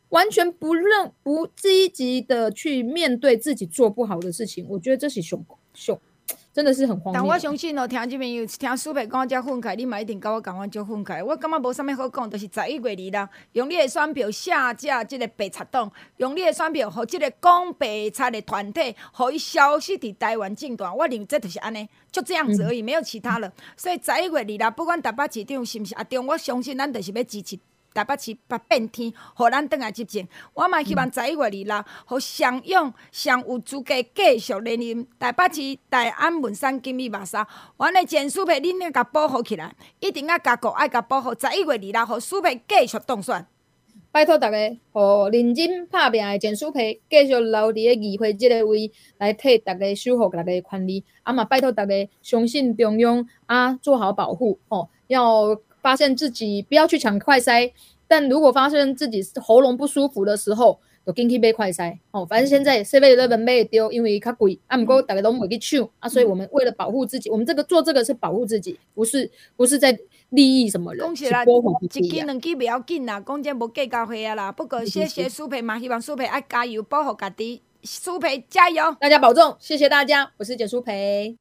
完全不积极的去面对自己做不好的事情，我觉得这是真的是很荒谬。 但我相信哦，听这边有听苏培讲遮愤慨，你嘛一定甲我共款足愤慨。我感觉无啥物好讲，就是11月2日，用你的选票下架即个白贼党，用你的选票，互即个讲白贼的团体，互伊消失伫台湾政坛。我认为这就是安尼，就这样子而已，没有其他了。所以11月2日，不管台北市长是毋是阿中，我相信咱就是要支持台北市变天，互咱转来执政。我嘛希望11月2日，互上勇、上有资格继续连任台北市大安文山金美马沙。阮的前苏培，恁要甲保护起来，一定要加固，爱甲保护。11月2日，互苏培继续当选。 拜托大家，互认真拍拼的前苏培继续留伫咧议会这个位，来替大家守护大家的权利。嘛拜托大家相信中央做好保护要发现自己不要去抢快筛，但如果发现自己喉咙不舒服的时候，就赶紧买快筛反正现在7-11买得到，因为较贵不过大家都袂去抢所以我们为了保护自己，我们做这个是保护自己，不是在利益什么人。 讲起来，一支2支不要紧啦，讲这无计较岁啦。不过谢谢苏培嘛，希望苏培爱加油，保护家己。苏培加油， 大家保重，谢谢大家，我是简苏培。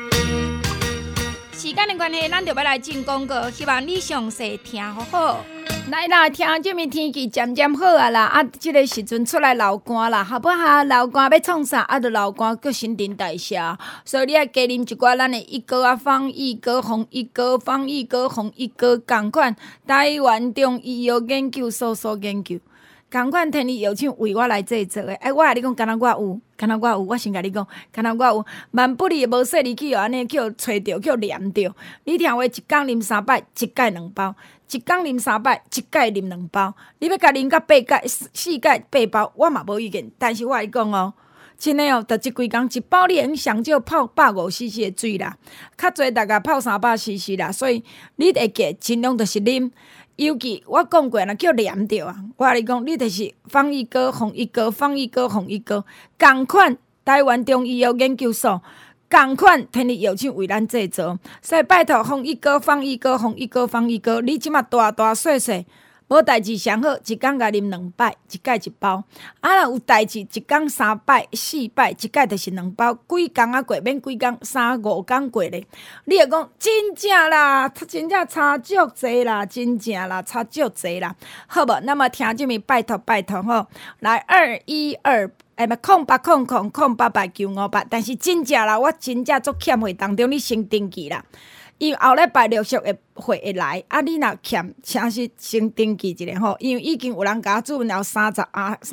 时间的关系，咱就要来进广告，希望你详细听好。来啦，听这面天气渐渐好啊啦，这个时阵出来流汗啦，好不好？流汗要创啥？就流汗叫新陈代谢，所以你要加啉一寡咱的益哥防疫哥、红益哥、防疫哥、红益哥，同款台湾中医药研究所研究。同款天你邀请为我来制作的，我甲你讲，敢若我有，我先甲你讲，敢若我有，万不离无说你去安尼叫揣着，叫念着。你听话，一天啉3摆，一盖2包；一天啉3摆，一盖啉2包。你要甲啉到8盖、4盖8包，我嘛无意见。但是我来讲真的就这几工一包你用上少泡150cc 的水啦，较侪大概泡300cc 啦，所以你会记尽量就是啉。尤其我讲过啦，叫念着我跟你讲，你就是防疫哥、红疫哥、防疫哥、红疫哥，同款台湾中医药研究所，同款天日邀请为咱制作，所以拜托防疫哥、防疫哥、红疫哥、防疫哥，你即马大细。无代志上好，一天甲啉2摆，一盖1包。若有代志，一天3摆、4摆，一盖就是2包。几工过，免几工，3-5工过咧。你会讲真正啦，真正差足济啦，真正啦，差足济啦，好无？那么听这面拜托来212。0800088958，但是真正啦，我真正足欠会当中，你先登记啦。因为后礼拜陆续的会会来，你若欠，请是先登记一下因为已经有人甲我主问了30几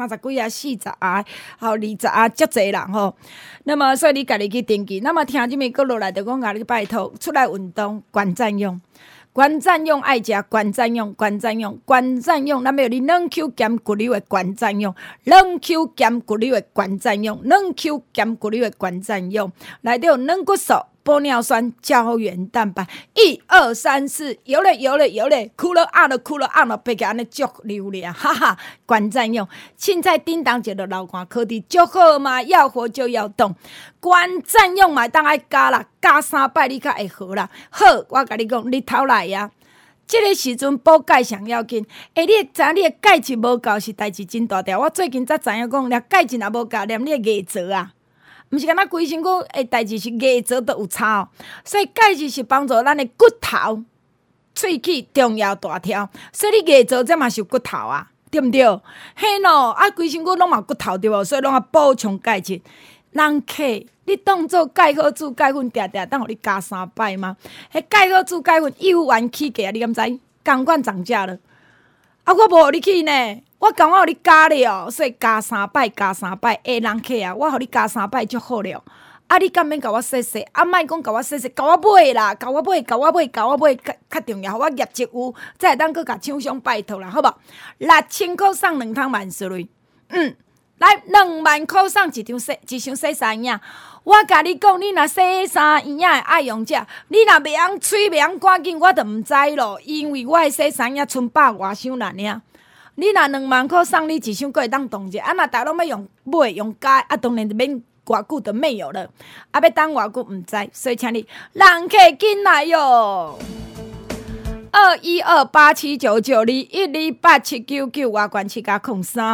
40后20足济人那么所以你家己去登记。那么听这边搁落来就讲甲你拜托出来运动，管占用爱食管占用，咱要你2 Q 减骨溜的管占用，2 Q 减骨溜的管占用，2 Q 减骨溜的管占用，内底有软骨素。玻尿酸、胶原蛋白，1、2、3、4，有嘞，哭了按了，别个安尼足溜咧，哈哈，管占用。凊彩叮当一个流汗科的足好嘛，要活就要动，管占用嘛，当爱加啦，加3摆你较会好啦。好，我甲你讲，日头来啊，这个时阵补钙上要紧。你会知影你的钙质无够是代志真大条。我最近才知影讲，连钙质也无够，连你的牙槽啊。毋是敢若规身躯的代志是牙槽都有差所以钙质是帮助咱的骨头、喙齿重要大条，所以你牙槽这嘛是有骨头对毋对？嘿喏，规身躯拢嘛骨头对无？所以拢要补充钙质。人客，你当做钙好煮钙粉，定当互你加3摆吗？迄钙好煮钙粉又原起价，你敢知？同款涨价了。我无互你去呢。我讲我互你加了所以加3摆，人客我互你加3摆就好了。你敢免甲我说说？莫讲甲我说说，甲我买啦，甲我买，较重要。我业绩有，才会当搁甲厂商拜托啦，好无？6000块送2趟万事类，来2万块送一箱洗衫液。我甲你讲，你若洗衫液的爱用者，你若袂晓吹，袂晓赶紧，我就毋知咯。因为我的洗衫液剩100外箱啦尔。你若2万块送你一箱，阁会当动者。若大家拢要用买用加，当然就免偌久就没有了。要等偌久毋知，所以请你人客紧来哟。 212879921287799外管7加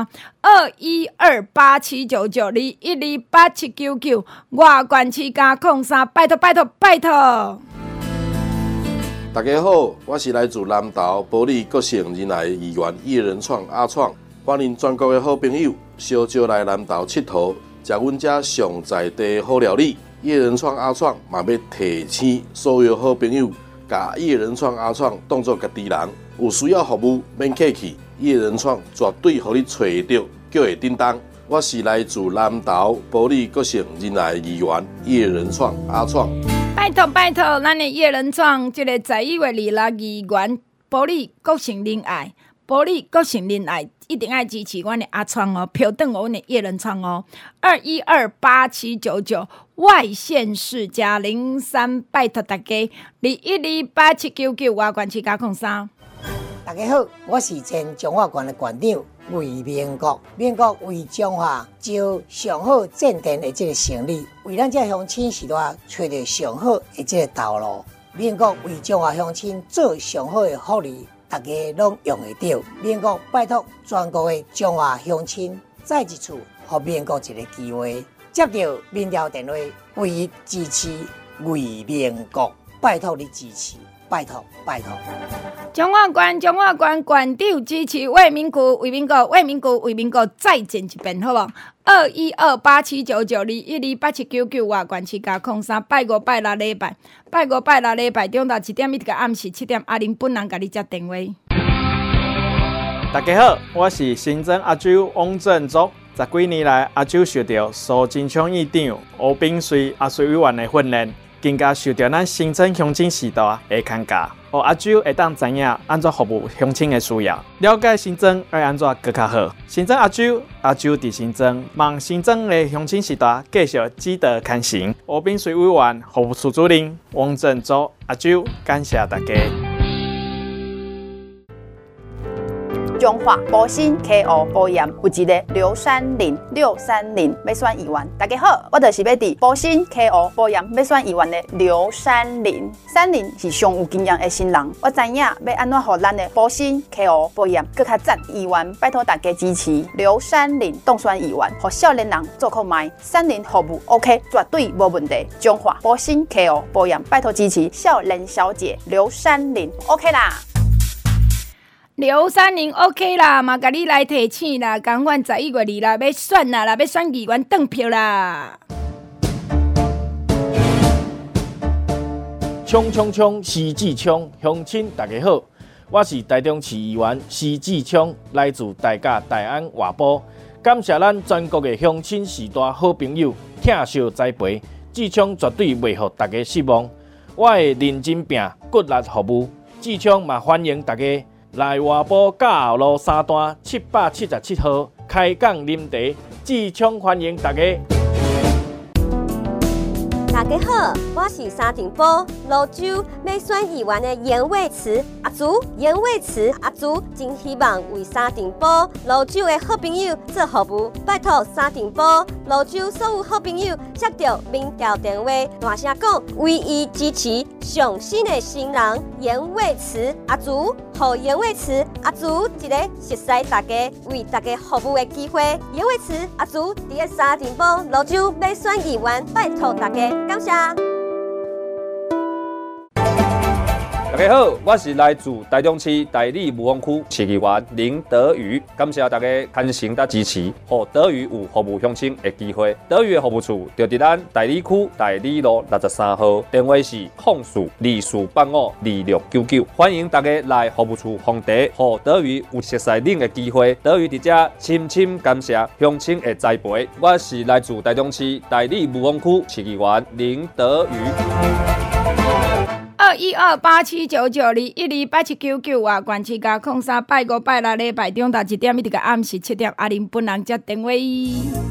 03，212879921287799外管7加03，拜托拜托拜托！ 大家好，我是来自南投埔里国姓仁爱议员叶仁创阿创，欢迎全国的好朋友烧招来南投佚佗，食阮遮上在地好料理。叶仁创阿创嘛要提醒所有好朋友，甲叶仁创阿创当作家己人，有需要服务免客气，叶仁创绝对予你找得到，叫会叮当。我是来自南投埔里国姓仁爱议员叶仁创阿创。 拜托拜托，咱的叶仁创这个11月26议员埔里国姓仁爱，埔里国姓仁爱。一定要支持阮的阿创哦，票等我阮的叶仁创哦，2128799外县市加03，拜托大家2128799外管7加03。 大家好，我是前中华县的县长魏明国。民国为中华招上好正电的这个成立，为咱这乡亲时代找到上好的这个道路。民国为中华乡亲做上好的福利。大家拢用得到。民国拜托全国的中华乡亲，再一次给民国一个机会，接到民调电话，唯一支持为民国，拜托你支持，拜托拜托。 中华县县长支持为民国，为民国，为民国，为民国，再见一遍，好无？212879921287799外管7加03，拜5拜6礼拜，拜5拜6礼拜，中昼1点一直到暗时7点，阿玲本人甲你接电话。 大家好，我是新增阿周王振祖。10几年来，阿周受到苏贞昌议长、吴秉叡阿水委员的训练，更加受到咱新增乡亲时代的看教。哦，阿周会当知影安怎服务乡亲的需要，了解新增要安怎更较好。新增阿周伫新增，望新增的乡亲时代继续积德看行。吴秉叡委员、服务处主任王振祖阿周，感谢大家。 中华保新 KO 保盐有一个刘山林要选议员。大家好，我就是要伫保新 KO 保盐要选议员的刘山林。山林是上有经验的新人，我知影要安怎让咱的保新 KO 保盐更较赞。议员拜托大家支持刘山林当选议员，让少年人做看卖。山林服务 OK， 绝对无问题。中华保新 KO 保盐拜托支持少年小姐刘山林 OK 啦。 刘山林 OK 啦，嘛甲你来提醒啦，讲阮11月2日要选啦，要选议员登票啦。 冲冲冲！徐志昌，乡亲大家好，我是台中市议员徐志昌，来自大甲大安外埔，感谢咱全国的乡亲时代好朋友疼惜栽培，志昌绝对袂互大家失望，我会认真拼，骨力服务。志昌嘛欢迎大家。来外埔嘉后路3段777号开讲啉茶，志昌欢迎大家。 大家好，我是沙尘埔蘆洲要选议员的严伟慈阿祖，严伟慈阿祖真希望为沙尘埔蘆洲的好朋友做服务，拜托沙尘埔蘆洲所有好朋友接到民调电话，大声讲唯一支持上新的新人严伟慈阿祖，互严伟慈阿祖一个熟悉大家、为大家服务的机会。严伟慈阿祖伫个沙尘埔蘆洲要选议员，拜托大家。感谢。 大家好，我是来自台中市大理武丰区市议员林德宇，感谢大家牵成甲支持，让德宇有服务乡亲的机会。德宇的服务处就伫咱大理区大理路63号，电话是0424852699，欢迎大家来服务处访茶，让德宇有熟悉恁的机会。德宇伫遮深深感谢乡亲的栽培。我是来自台中市大理武丰区市议员林德宇。 212879921287799外管7加03，拜5拜6礼拜中昼1点一直到暗时7点，阿玲本人接电话。